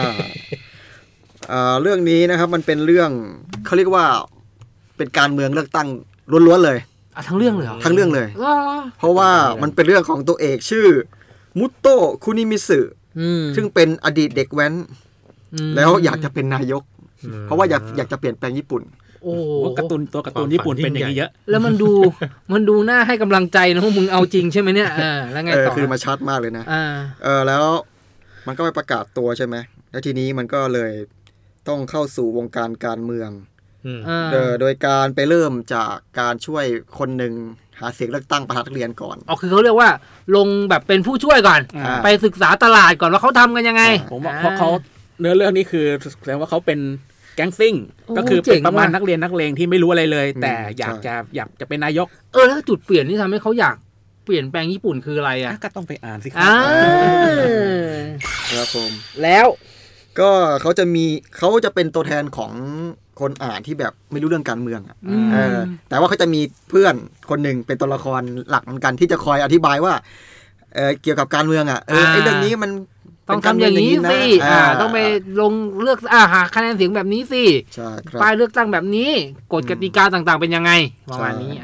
เรื่องนี้นะครับมันเป็นเรื่องเขาเรียกว่าเป็นการเมืองเลือกตั้งล้วนๆเลยทั้งเรื่องเลยทั้งเรื่องเลยเพราะว่ามันเป็นเรื่องของตัวเอกชื่อมุโตะคุนิมิสึซึ่งเป็นอดีตเด็กแว้นแล้วอยากจะเป็นนายกเพราะว่าอยากจะเปลี่ยนแปลงญี่ปุ่นการ์ตูนญี่ปุ่นเป็นอย่างนี้เยอะแล้วมันดูน่าให้กำลังใจนะพวกมึงเอาจริงใช่ไหมเนี่ยแล้วไงต่อคือมาชัดมากเลยนะแล้วมันก็ไปประกาศตัวใช่ไหมแล้วทีนี้มันก็เลยต้องเข้าสู่วงการการเมืองโดยการไปเริ่มจากการช่วยคนหนึ่งหาเสียงเลือกตั้งประธานนักเรียนก่อนคือเขาเรียกว่าลงแบบเป็นผู้ช่วยก่อนไปศึกษาตลาดก่อนว่าเขาทำกันยังไงผมว่าเพราะเขาเนื้อเรื่องนี้คือแสดงว่าเขาเป็นแก๊งซิ่งก็คือเป็นประมาณนักเรียนนักเลงที่ไม่รู้อะไรเลยแต่อยากจะเป็นนายกแล้วจุดเปลี่ยนที่ทำให้เขาอยากเปลี่ยนแปลงญี่ปุ่นคืออะไรก็ต้องไปอ่านสิครัครับผมแล้วก็เขาจะเป็นตัวแทนของคนอ่านที่แบบไม่รู้เรื่องการเมืองแต่ว่าเขาจะมีเพื่อนคนหนึ่งเป็นตัวละครหลักเหมือนกันที่จะคอยอธิบายว่าเกี่ยวกับการเมืองไอ้เรื่องนี้มันต้องทำอย่างนี้สิต้องไปลงเลือกหาคะแนนเสียงแบบนี้สิป้ายเลือกตั้งแบบนี้กฎกติกาต่างๆเป็นยังไงประมาณนี้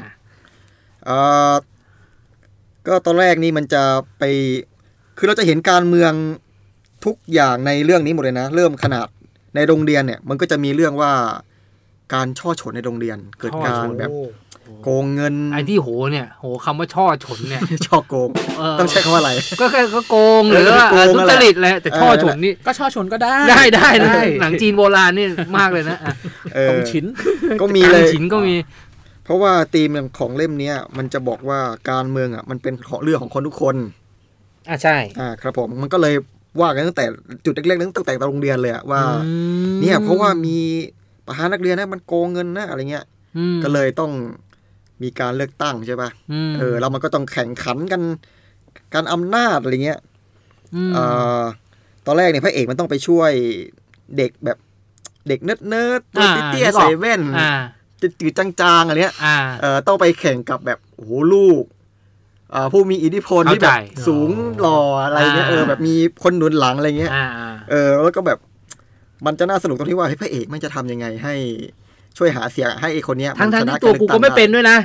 ก็ตอนแรกนี่มันจะไปคือเราจะเห็นการเมืองทุกอย่างในเรื่องนี้หมดเลยนะเริ่มขนาดในโรงเรียนเนี่ยมันก็จะมีเรื่องว่าการช่อฉนในโรงเรียนเกิดการแบบโกงเงินไอ้ที่เนี่ยคำว่าช่อฉนเนี่ยช่อโกงต้องใช้คำว่าอะไรก็แค่ก็โกงหรือว่าทุจริตแหละแต่ช่อฉนนี่ก็ช่อฉนก็ได้หนังจีนโบราณนี่มากเลยนะตรงชิ้นก็มีเลยชิ้นก็มีเพราะว่าธีมของเล่มนี้มันจะบอกว่าการเมืองมันเป็นเรื่องของคนทุกคนใช่ครับผมมันก็เลยว่ากันตั้งแต่จุดเล็กๆตั้งแต่โรงเรียนเลยว่าเนี่ยเพราะว่ามีประธานนักเรียนนะมันโกงเงินนะอะไรเงี้ยก็เลยต้องมีการเลือกตั้งใช่ป่ะแล้วมันก็ต้องแข่งขันกันการอำนาจอะไรเงี้ยตอนแรกเนี่ยพระเอกมันต้องไปช่วยเด็กแบบเด็กเนิร์ดตัวเตี้ยๆใส่แว่นจืดๆจางๆอะไรเงี้ยต้องไปแข่งกับแบบโอ้โหลูกผู้มีอิทธิพลที่แบบสูงหล่ออะไรเงี้ยแบบมีคนหนุนหลังอะไรเงี้ยแล้วก็แบบมันจะน่าสนุกตรงที่ว่าพระเอกมันจะทำยังไงให้ช่วยหาเสียงให้ไอ้คนเนี้ยทั้งที่ตัวกูก็ไม่เป็นด้วยนะ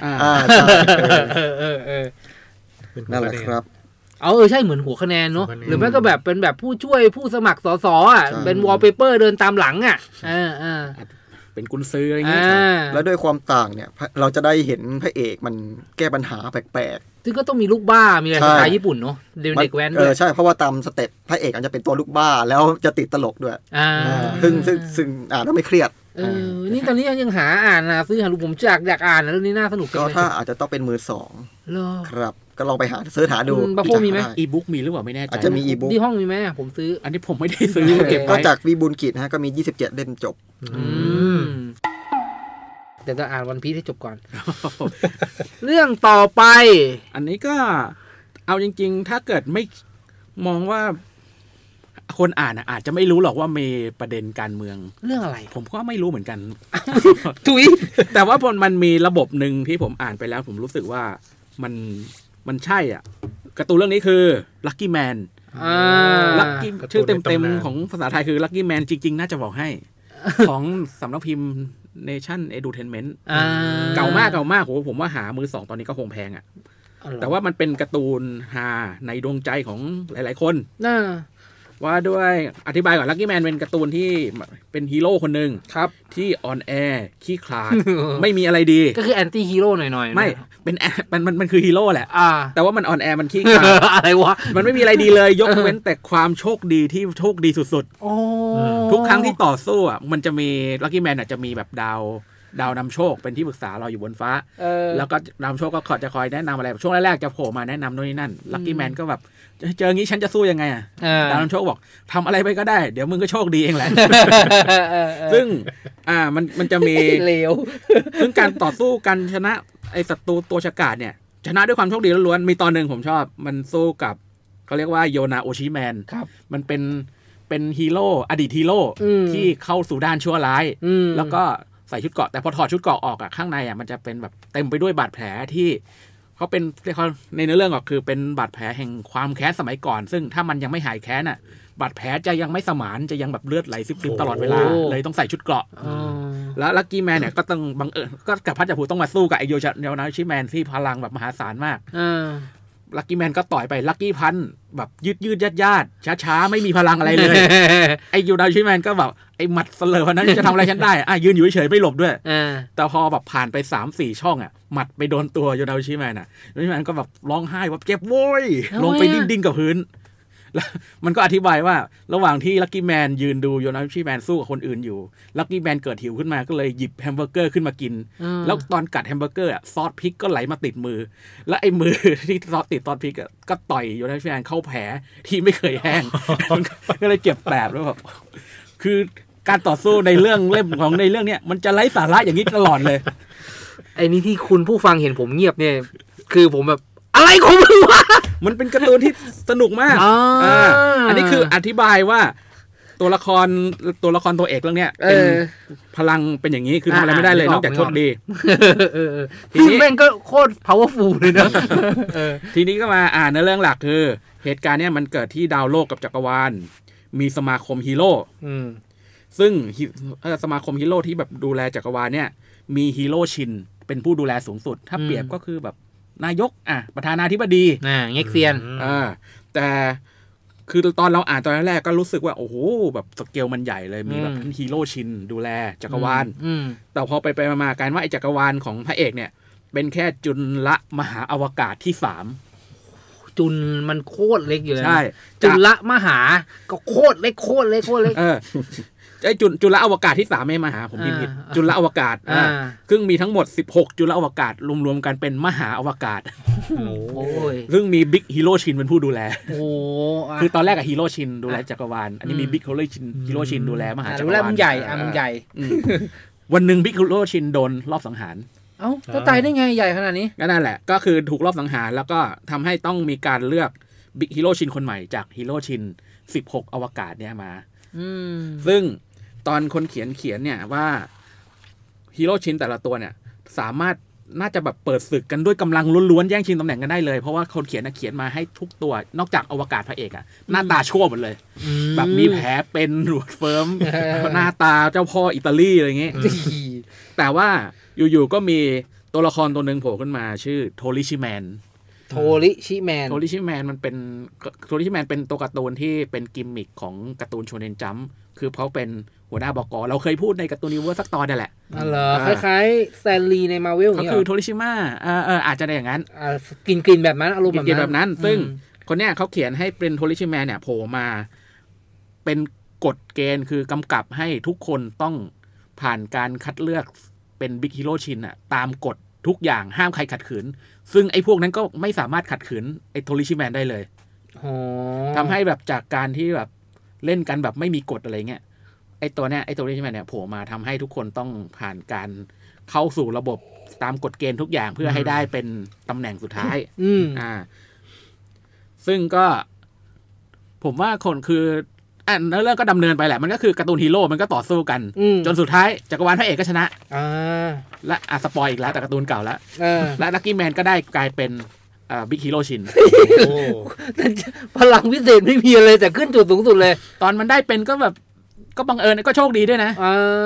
นั่นแหละครับใช่เหมือนหัวคะแนนเนาะหรือไม่ก็แบบเป็นแบบผู้ช่วยผู้สมัครสสเป็นวอลเปเปอร์เดินตามหลังเป็นกุญซืออะไรเงี้ยแล้วด้วยความต่างเนี่ยเราจะได้เห็นพระเอกมันแก้ปัญหาแปลกๆซึ่งก็ต้องมีลูกบ้ามีอะไรสไตล์ญี่ปุ่นเนาะเด็กแว้นด้วยใช่เพราะว่าตามสเต็ปพระเอกอาจจะเป็นตัวลูกบ้าแล้วจะติดตลกด้วยซึ่งต้องไม่เครียดนี่ตอนนี้ยังหาอ่านนะซื้อหาลูกผมอยากอ่านเรื่องนี้น่าสนุกก็ถ้าอาจจะต้องเป็นมือสองครับก็ลองไปหาเสิร์ชหาดูบัฟโฟมีไหมอีบุ๊กมีหรือเปล่าไม่แน่ใจอาจจะมีอีบุ๊กที่ห้องมีไหมผมซื้ออันนี้ผมไม่ได้ซื้อเก็บก็จากวิบูลย์กิจฮะก็มี27เล่มจบเดี๋ยวจะอ่านวันพีซให้จบก่อน เรื่องต่อไปอันนี้ก็เอาจริงๆถ้าเกิดไม่มองว่าคนอ่านอาจจะไม่รู้หรอกว่ามีประเด็นการเมืองเรื่องอะไรผมก็ไม่รู้เหมือนกันทุยแต่ว่ามันมีระบบหนึ่งที่ผมอ่านไปแล้วผมรู้สึกว่ามันใช่อ่ะการ์ตูนเรื่องนี้คือ Lucky Man Lucky ชื่อเต็มๆของภาษาไทยคือ Lucky Man จริงๆน่าจะบอกให้ของสำนักพิมพ์ Nation Edutainment เก่ามากผมว่าหามือสองตอนนี้ก็คงแพงอ่ะแต่ว่ามันเป็นการ์ตูนฮาในดวงใจของหลายๆคนว่าด้วยอธิบายก่อน Lucky Man เป็นการ์ตูนที่เป็นฮีโร่คนหนึ่งครับที่อ่อนแอขี้ขลาด ไม่มีอะไรดีก็คือแอนตี้ฮีโร่หน่อยๆไม่เป็นมันคือฮีโร่แหละแต่ว่ามันอ่อนแอมันขี้ขลาดอะไรวะมันไม่มีอะไรดีเลยยกเว้นแต่ความโชคดีที่โชคดีสุดๆทุกครั้งที่ต่อสู้อ่ะมันจะมี Lucky Man จะมีแบบดาวนำโชคเป็นที่ปรึกษาเราอยู่บนฟ้าแล้วก็นำโชคก็จะคอยแนะนำอะไรช่วงแรกๆจะโผล่มาแนะนำโน่นนี่นั่น Lucky Man ก็แบบเจองี้ฉันจะสู้ยังไงดาวนำโชคบอกทำอะไรไปก็ได้เดี๋ยวมึงก็โชคดีเองแหละ ซึ่งมันจะมีเลวซึ่งการต่อสู้กันชนะไอ้ศัตรูตัวฉกาจเนี่ยชนะด้วยความโชคดีล้วนๆมีตอนนึงผมชอบมันสู้กับเขาเรียกว่าโยนาโอชิแมนมันเป็นฮีโร่อดีตฮีโร่ที่เข้าสู่ด้านชั่วร้ายแล้วก็ใส่ชุดเกราะแต่พอถอดชุดเกราะออกข้างในมันจะเป็นแบบเต็มไปด้วยบาดแผลที่เขาเป็นในเนื้อเรื่องก็คือเป็นบาดแผลแห่งความแค้นสมัยก่อนซึ่งถ้ามันยังไม่หายแค้นบาดแผลจะยังไม่สมานจะยังแบบเลือดไหลซิบๆตลอดเวลาเลยต้องใส่ชุดเกราะแล้วลัคกี้แมนเนี่ยก็ต้องบังเอิญก็กับพัชผูต้องมาสู้กับไอโยนาชิแมนที่พลังแบบมหาศาลมากลัคกี้แมนก็ต่อยไปลัคกี้พันแบบยืดญาติช้าไม่มีพลังอะไรเลย ไอโยนาชิแมนก็แบบไอหมัดเสลอวันนั้นจะทำอะไรฉันได้ยืนอยู่เฉยไม่หลบด้วยแต่พอแบบผ่านไป 3-4 ช่องหมัดไปโดนตัวโยนาชิแมนโยนาชิแมนก็แบบร้องไห้ว่าเจ็บโว้ยลงไปดิ้นกับพื้นแล้วมันก็อธิบายว่าระหว่างที่ลัคกี้แมนยืนดูโยนาชิแมนสู้กับคนอื่นอยู่ลัคกี้แมนเกิดหิวขึ้นมาก็เลยหยิบแฮมเบอร์เกอร์ขึ้นมากินแล้วตอนกัดแฮมเบอร์เกอร์ซอสพริกก็ไหลมาติดมือแล้วไอ้มือที่ซอสติดซอสพริกก็ต่อยโยนาชิแมนเข้าแผลที่ไม่เคยแห้ง ก็เลยเจ็บแปบแล้วแบบคือการต่อสู้ในเรื่องเล่มของในเรื่องเนี้ยมันจะไร้สาระอย่างนี้ตลอดเลยไอ้นี่ที่คุณผู้ฟังเห็นผมเงียบเนี่ยคือผมแบบอะไรของมึงวะมันเป็นการ์ตูนที่สนุกมากอันนี้คืออธิบายว่าตัวละครตัวเอกเรื่องเนี้ยเป็นพลังเป็นอย่างนี้คือทำอะไรไม่ได้เลยนอกจากโชคดีทีนี้แม่งก็โคตร powerful เลยนะทีนี้ก็มาในเรื่องหลักคือเหตุการณ์เนี้ยมันเกิดที่ดาวโลกกับจักรวาลมีสมาคมฮีโร่ซึ่งสมาคมฮีโร่ที่แบบดูแลจักรวาลเนี่ยมีฮีโร่ชินเป็นผู้ดูแลสูงสุดถ้าเปรียบก็คือแบบนายกประธานาธิบดีเง็กเซียนแต่คือตอนเราอ่านตอนแรกก็รู้สึกว่าโอ้โหแบบสเกลมันใหญ่เลยมีแบบฮีโร่ชินดูแลจักรวาลแต่พอไปมาการว่าไอ้จักรวาลของพระเอกเนี่ยเป็นแค่จุลมหาอวกาศที่3 จุลมันโคตรเล็กอยู่เลยใช่จุลมหาก็โคตรเล็กไอ้จุลอวกาศที่3ไม่มหาผมพิมพ์ผิดจุลอวกาศซึ่งมีทั้งหมด16จุลอวกาศรวมๆกันเป็นมหาอวกาศซึ่งมีบิ๊กฮีโร่ชินเป็นผู้ดูแลคือตอนแรกฮีโร่ชินดูแลจักรวาลอันนี้มีบิ๊กฮีโร่ชินดูแลมหาจักรวาลมันใหญ่มันใหญ่วันนึงบิ๊กฮีโร่ชินโดนรอบสังหารจะตายได้ไงใหญ่ขนาดนี้ก็นั่นแหละก็คือถูกรอบสังหารแล้วก็ทำให้ต้องมีการเลือกบิ๊กฮีโร่ชินคนใหม่จากฮีโร่ชิน16อวกาศเนี่ยมาซึ่งตอนคนเขียนเนี่ยว่าฮีโร่ชินแต่ละตัวเนี่ยสามารถน่าจะแบบเปิดศึกกันด้วยกำลังล้วนๆแย่งชิงตำแหน่งกันได้เลยเพราะว่าคนเขียนมาให้ทุกตัวนอกจากอวกาศพระเอกหน้าตาชั่วหมดเลยแบบมีแผลเป็นหนวดเฟิร์มหน้าตาเจ้าพ่ออิตาลีอะไรเงี้ยแต่ว่าอยู่ๆก็มีตัวละครตัวหนึ่งโผล่ขึ้นมาชื่อโทริชิแมนมันเป็นโทริชิแมนเป็นตัวการ์ตูนที่เป็นกิมมิคของการ์ตูนโชเนนจัมป์คือเขาเป็นหัวหน้าบก.เราเคยพูดในการ์ตูนนิเวอร์สักตอนนั่นแหละเหรอคล้ายๆแซนลีในมาร์เวลอย่างเงี้ยก็คือโทริชิมะอาจจะได้อย่างนั้นกลิ่นแบบนั้นอารมณ์แบบนั้นซึ่งคนเนี้ยเขาเขียนให้เป็นโทริชิแมนเนี่ยโผล่มาเป็นกฎเกณฑ์คือกำกับให้ทุกคนต้องผ่านการคัดเลือกเป็นบิ๊กฮีโร่ชินตามกฎทุกอย่างห้ามใครขัดขืนซึ่งไอ้พวกนั้นก็ไม่สามารถขัดขืนไอ้โทริชิแมนได้เลยทำให้แบบจากการที่แบบเล่นกันแบบไม่มีกฎอะไรเงี้ยไอ้ตัวโทริชิแมนเนี่ยโผล่มาทำให้ทุกคนต้องผ่านการเข้าสู่ระบบตามกฎเกณฑ์ทุกอย่างเพื่อให้ได้เป็นตำแหน่งสุดท้ายซึ่งก็ผมว่าคนคือเรื่องก็ดำเนินไปแหละมันก็คือการ์ตูนฮีโร่มันก็ต่อสู้กันจนสุดท้ายจักรวาลพระเอกก็ชนะและสปอยอีกแล้วแต่การ์ตูนเก่าแล้วและลัคกี้แมนก็ได้กลายเป็นบิ๊กฮีโร่ชินพลังวิเศษไม่มีอะไรแต่ขึ้นจุดสูงสุดเลยตอนมันได้เป็นก็แบบก็บังเอิญก็โชคดีด้วยนะ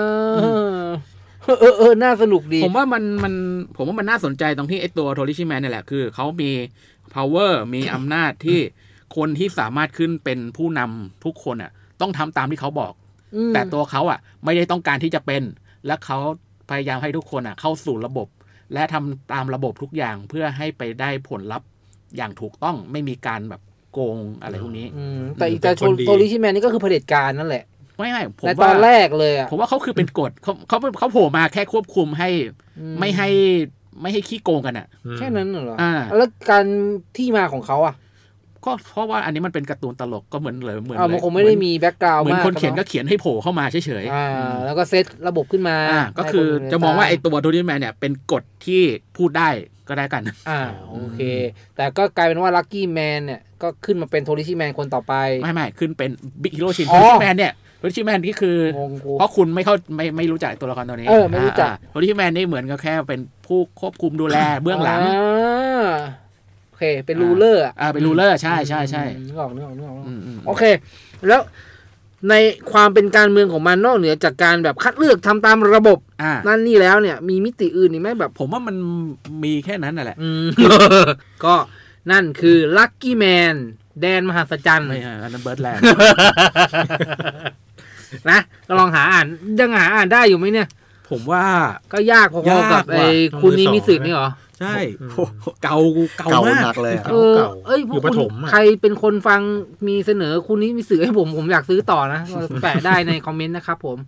น่าสนุกดีผมว่ามันน่าสนใจตรงที่ไอ้ตัวโทริชิแมนนี่แหละคือเขามี power มีอำนาจที่คนที่สามารถขึ้นเป็นผู้นำทุกคนต้องทำตามที่เขาบอกแต่ตัวเขาไม่ได้ต้องการที่จะเป็นและเขาพยายามให้ทุกคนเข้าสู่ระบบและทำตามระบบทุกอย่างเพื่อให้ไปได้ผลลัพธ์อย่างถูกต้องไม่มีการแบบโกงอะไรพวกนี้แต่โทริชิแมนนี่ก็คือเผด็จการนั่นแหละไม่ผมว่าตอนแรกเลยผมว่าเขาคือเป็นกฎเขาโผล่มาแค่ควบคุมให้ไม่ให้ขี้โกงกันแค่นั้นเหรอแล้วการที่มาของเขาก็เพราะว่าอันนี้มันเป็นการ์ตูนตลกก็เหมือนมันคงไม่ได้มีแบ็คกราวด์มากเหมือนคนเขียนก็เขียนให้โผล่เข้ามาเฉยๆแล้วก็เซตระบบขึ้นมาก็คือจะมองว่าไอ้ตัวโทริแมนเนี่ยเป็นกฎที่พูดได้ก็ได้กันโอเคแต่ก็กลายเป็นว่าลัคกี้แมนเนี่ยก็ขึ้นมาเป็นโทริชิแมนคนต่อไปไม่ขึ้นเป็นบิ๊กฮีโร่ชินโทริชิแมนเนี่ยโทริชิแมนนี่คือเพราะคุณไม่รู้จักตัวละครตัวนี้ไม่รู้จักโทริชิแมนนี่เหมือนกับแค่เป็นผู้ควบคุมดูแลเบื้องหลังโอเคเป็นรูเลอร์เป็นรูเลอร์ใช่นึกออกโอเคแล้วในความเป็นการเมืองของมันนอกเหนือจากการแบบคัดเลือกทำตามระบบนั่นนี่แล้วเนี่ยมีมิติอื่นอีกไหมแบบผมว่ามันมีแค่นั้นแหละก็นั่นคือลัคกี้แมนแดนมหัศจรรย์อันนั้นเบิร์ดแลนด์นะก็ลองหาอ่านยังหาอ่านได้อยู่ไหมเนี่ยผมว่าก็ยากพอๆกับไอ้คุณนี้มิสึนี่เหรอใช่เก่ามากเลยพวกคุณใครเป็นคนฟังมีเสนอคุณนี้มิสึให้ผมอยากซื้อต่อนะแปะได้ในคอมเมนต์นะครับผม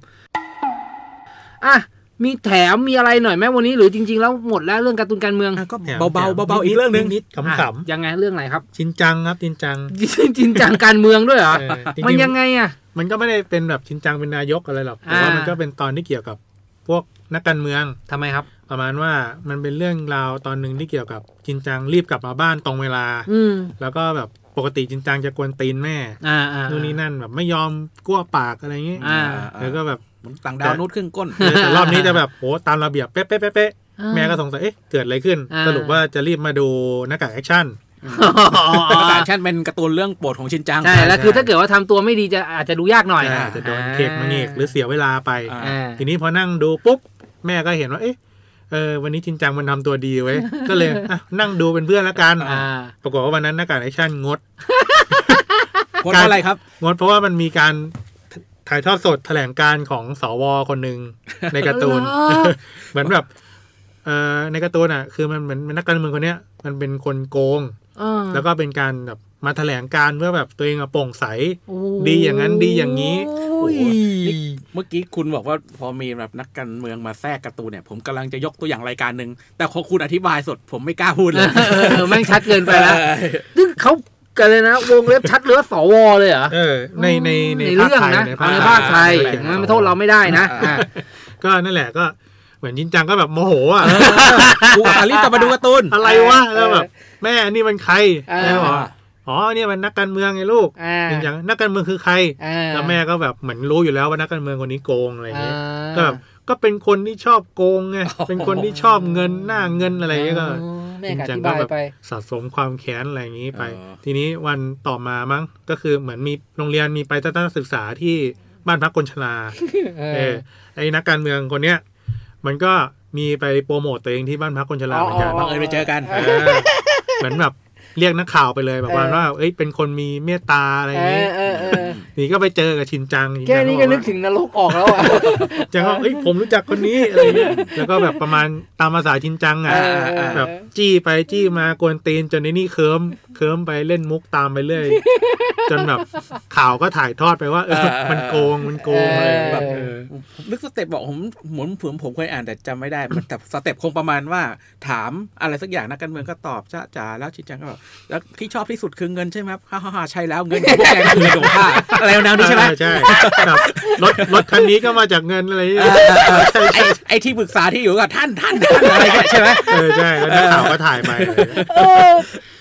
มีแถมมีอะไรหน่อยไหมวันนี้หรือจริงๆแล้วหมดแล้วเรื่องการ์ตูนการเมืองก็เบาอีกเรื่องนึงนิดขำๆยังไงเรื่องไหนครับชินจังครับชินจังการเมืองด้วยเหรอมันยังไงมันก็ไม่ได้เป็นแบบชินจังเป็นนายกอะไรหรอกแต่ว่ามันก็เป็นตอนที่เกี่ยวกับพวกนักการเมืองทำไมครับประมาณว่ามันเป็นเรื่องราวตอนนึงที่เกี่ยวกับชินจังรีบกลับมาบ้านตรงเวลาแล้วก็แบบปกติชินจังจะกวนตีนแม่นู่นนี่นั่นแบบไม่ยอมกั้วปากอะไรอย่างงี้แล้วก็แบบต่างดาวนุดครึ่งก้นแต่รอบนี้จะแบบโหตามระเบียบเป๊ะแม่ก็สงสัยเกิดอะไรขึ้นสรุปว่าจะรีบมาดูหน้ากากแอคชั่นหน้ากากแอคชั่นเป็นการ์ตูนเรื่องโปรดของชินจังใช่แล้วคือถ้าเกิดว่าทำตัวไม่ดีจะอาจจะดูยากหน่อยจะโดนเคกมาเงกหรือเสียเวลาไปทีนี้พอนั่งดูปุ๊บแม่ก็เห็นว่าวันนี้ชินจังมันทำตัวดีไว้ก็เลยนั่งดูเป็นเพื่อนแล้วกันปรากฏว่าวันนั้นหน้ากากแอคชั่นงดเพราะอะไรครับงดเพราะว่ามันมีการถ่ายทอดสดแถลงการของสวคนหนึ่งในการ์ตูนเหมือนแบบในการ์ตูนคือมันเหมือนนักการเมืองคนเนี้ยมันเป็นคนโกงแล้วก็เป็นการแบบมาแถลงการเพื่อแบบตัวเองโปร่งใสดีอย่างนั้นดีอย่างนี้เมื่อกี้คุณบอกว่าพอมีแบบนักการเมืองมาแทรกการ์ตูนเนี่ยผมกำลังจะยกตัวอย่างรายการนึงแต่พอคุณอธิบายสดผมไม่กล้าพูดเลยแม่งชัดเกินไปแล้วซึ่งเขากันเลยนะวงเล็บชัดเลยว่าสวเลยเหรอในเรื่องนะในภาคไทยงั้นไม่โทษเราไม่ได้นะก็นั่นแหละก็เหมือนชินจังก็แบบโมโหกูรีบกลับมาดูการ์ตูนอะไรวะแล้วแบบแม่นี่มันใครแม่บอกเนี่ยมันนักการเมืองไงลูกชินจังนักการเมืองคือใครแล้วแม่ก็แบบเหมือนรู้อยู่แล้วว่านักการเมืองคนนี้โกงอะไรอย่างเงี้ยก็แบบก็เป็นคนที่ชอบโกงไงเป็นคนที่ชอบเงินหน้าเงินอะไรอย่างเงี้ยก็ชินจังก็แบบสะสมความแค้นอะไรอย่างงี้ไปทีนี้วันต่อมามั้งก็คือเหมือนมีโรงเรียนมีไปทัศนศึกษาที่บ้านพักคนชราไอ้นักการเมืองคนเนี้ยมันก็มีไปโปรโมตตัวเองที่บ้านพักคนชราเหมือนกันบังเอิญไปเจอกันเหมือนแบบเรียกนักข่าวไปเลยแบบว่าเป็นคนมีเมตตาอะไรอย่างนี้นี่ก็ไปเจอกับชินจังแค่นี้ก็นึกถึงนรกออกแล้วจังก็ผมรู้จักคนนี้อะไรเงี้ยแล้วก็แบบประมาณตามภาษาชินจังแบบจี้ไปจี้มากวนตีนจนนี่เคิมไปเล่นมุกตามไปเรื่อยจนแบบข่าวก็ถ่ายทอดไปว่ามันโกงอะไรแบบนึกสเต็ปบอกผมเคยอ่านแต่จำไม่ได้แต่สเต็ปคงประมาณว่าถามอะไรสักอย่างนักการเมืองก็ตอบจ๋าแล้วชินจังก็แล้วที่ชอบที่สุดคือเงินใช่ไหมครับฮ่าใช่แล้วเงินของพวกแกคือเงินของข้าอะไรแนวนี้ใช่ไหมใช่รถคันนี้ก็มาจากเงินอะไรไอ้ที่ปรึกษาที่อยู่กับท่านอะไรใช่ไหมใช่แล้วนักข่าวก็ถ่ายไป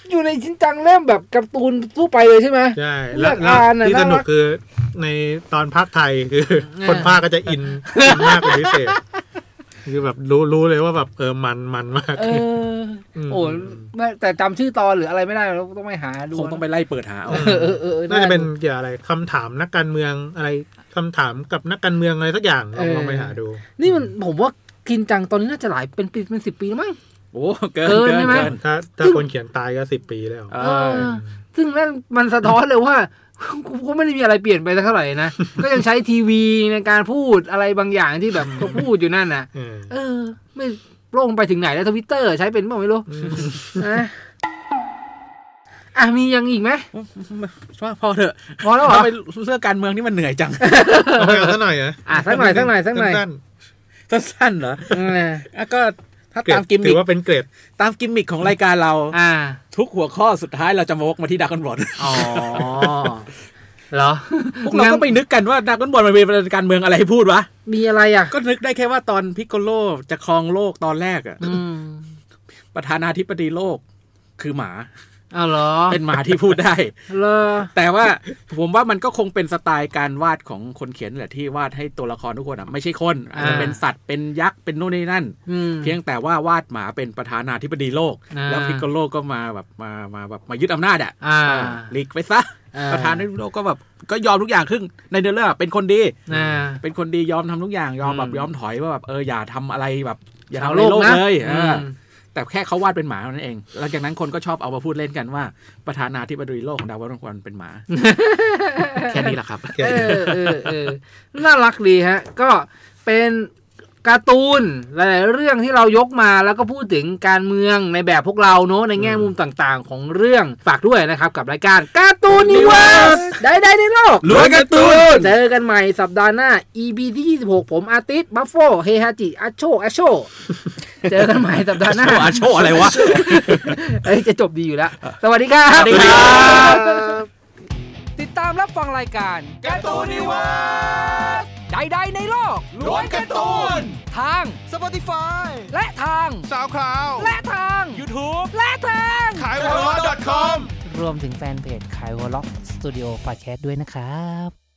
อยู่ในชินจังเล่มแบบการ์ตูนทั่วไปเลยใช่ไหมใช่แล้วที่สนุกคือในตอนภาคไทยคือคนภาคก็จะอินมากเป็นพิเศษคือแบบรู้เลยว่าแบบมันมากโอ้แต่จำชื่อตอนหรืออะไรไม่ได้เราต้องไปหาดูคงต้องไปไล่เปิดหาน่าจะเป็นเกี่ยวอะไรคำถามนักการเมืองอะไรคำถามกับนักการเมืองอะไรสักอย่างลองไปหาดูนี่มันผมว่าชินจังตอนนี้น่าจะหลายเป็นปีเป็น10 ปีแล้วมั้งโอ้เกินใช่ไหมถ้าคนเขียนตายก็10 ปีแล้วซึ่งนั่นมันสะท้อนเลยว่าก็ไม่ได้มีอะไรเปลี่ยนไปเท่าไหร่นะก็ยังใช้ทีวีในการพูดอะไรบางอย่างที่แบบก็พูดอยู่นั่นน่ะไม่โล่งไปถึงไหนแล้ว Twitter ใช้เป็นบ้างไม่รู้มียังอีกไหมพอเถอะพอแล้วเหรอไปเรื่องการเมืองที่มันเหนื่อยจังเอาสักหน่อยเหรอสักหน่อยสั้นเหรอก็ถ้าตามกิมมิคถือว่าเป็นเกรดตามกิมมิคของรายการเราทุกหัวข้อสุดท้ายเราจะมาวกมาที่ดราก้อนบอลอ๋อเหรอพวกเราก็ไปนึกกันว่าดราก้อนบอลมันเป็นการเมืองอะไรให้พูดวะมีอะไรอ่ะก็นึกได้แค่ว่าตอนพิกโกโลจะครองโลกตอนแรกอ่ะประธานาธิบดีโลกคือหมาเหรอเป็นหมาที่พูดได้เหรอแต่ว่าผมว่ามันก็คงเป็นสไตล์การวาดของคนเขียนแหละที่วาดให้ตัวละครทุกคนอ่ะไม่ใช่คนอาจจะเป็นสัตว์เป็นยักษ์เป็นโน่นนี่นั่นเพียงแต่ว่าวาดหมาเป็นประธานาธิบดีโลกแล้วพิกโกโลก็มาแบบมายึดอำนาจอ่ะหลีกไปซะประธานาธิบดีโลกก็แบบก็ยอมทุกอย่างครึ่งในเดือนแรกเป็นคนดีเป็นคนดียอมทำทุกอย่างยอมถอยว่าแบบอย่าทำอะไรแบบอย่าทำอะไรโลกเลยแต่แค่เขาวาดเป็นหมาเท่านั้นเองหลังจากนั้นคนก็ชอบเอามาพูดเล่นกันว่าประธานาธิบดีโลกของดาวดวงจันทร์เป็นหมา แค่นี้แหละครับน่ารักดีฮะก็เป็นการ์ตูนหลายๆเรื่องที่เรายกมาแล้วก็พูดถึงการเมืองในแบบพวกเราเนอะในแง่มุมต่างๆของเรื่องฝากด้วยนะครับกับรายการการ์ตูนนิวส์ได้ในโลกล้วนการ์ตูนเจอกันใหม่สัปดาห์หน้า EP ที่26ผมอาทิตย์บัฟโฟเฮฮาจิอาโชเจอกันใหม่สัปดาห์หน้าอาโชอะไรวะจะจบดีอยู่แล้วสวัสดีครับติดตามรับฟังรายการการ์ตูนนิวส์ใดๆในโลกล้วนการ์ตูนทาง Spotify และทาง SoundCloud และทาง YouTube และทาง kaiworld.com รวมถึงแฟนเพจ Kaiworld Studio Podcast ด้วยนะครับ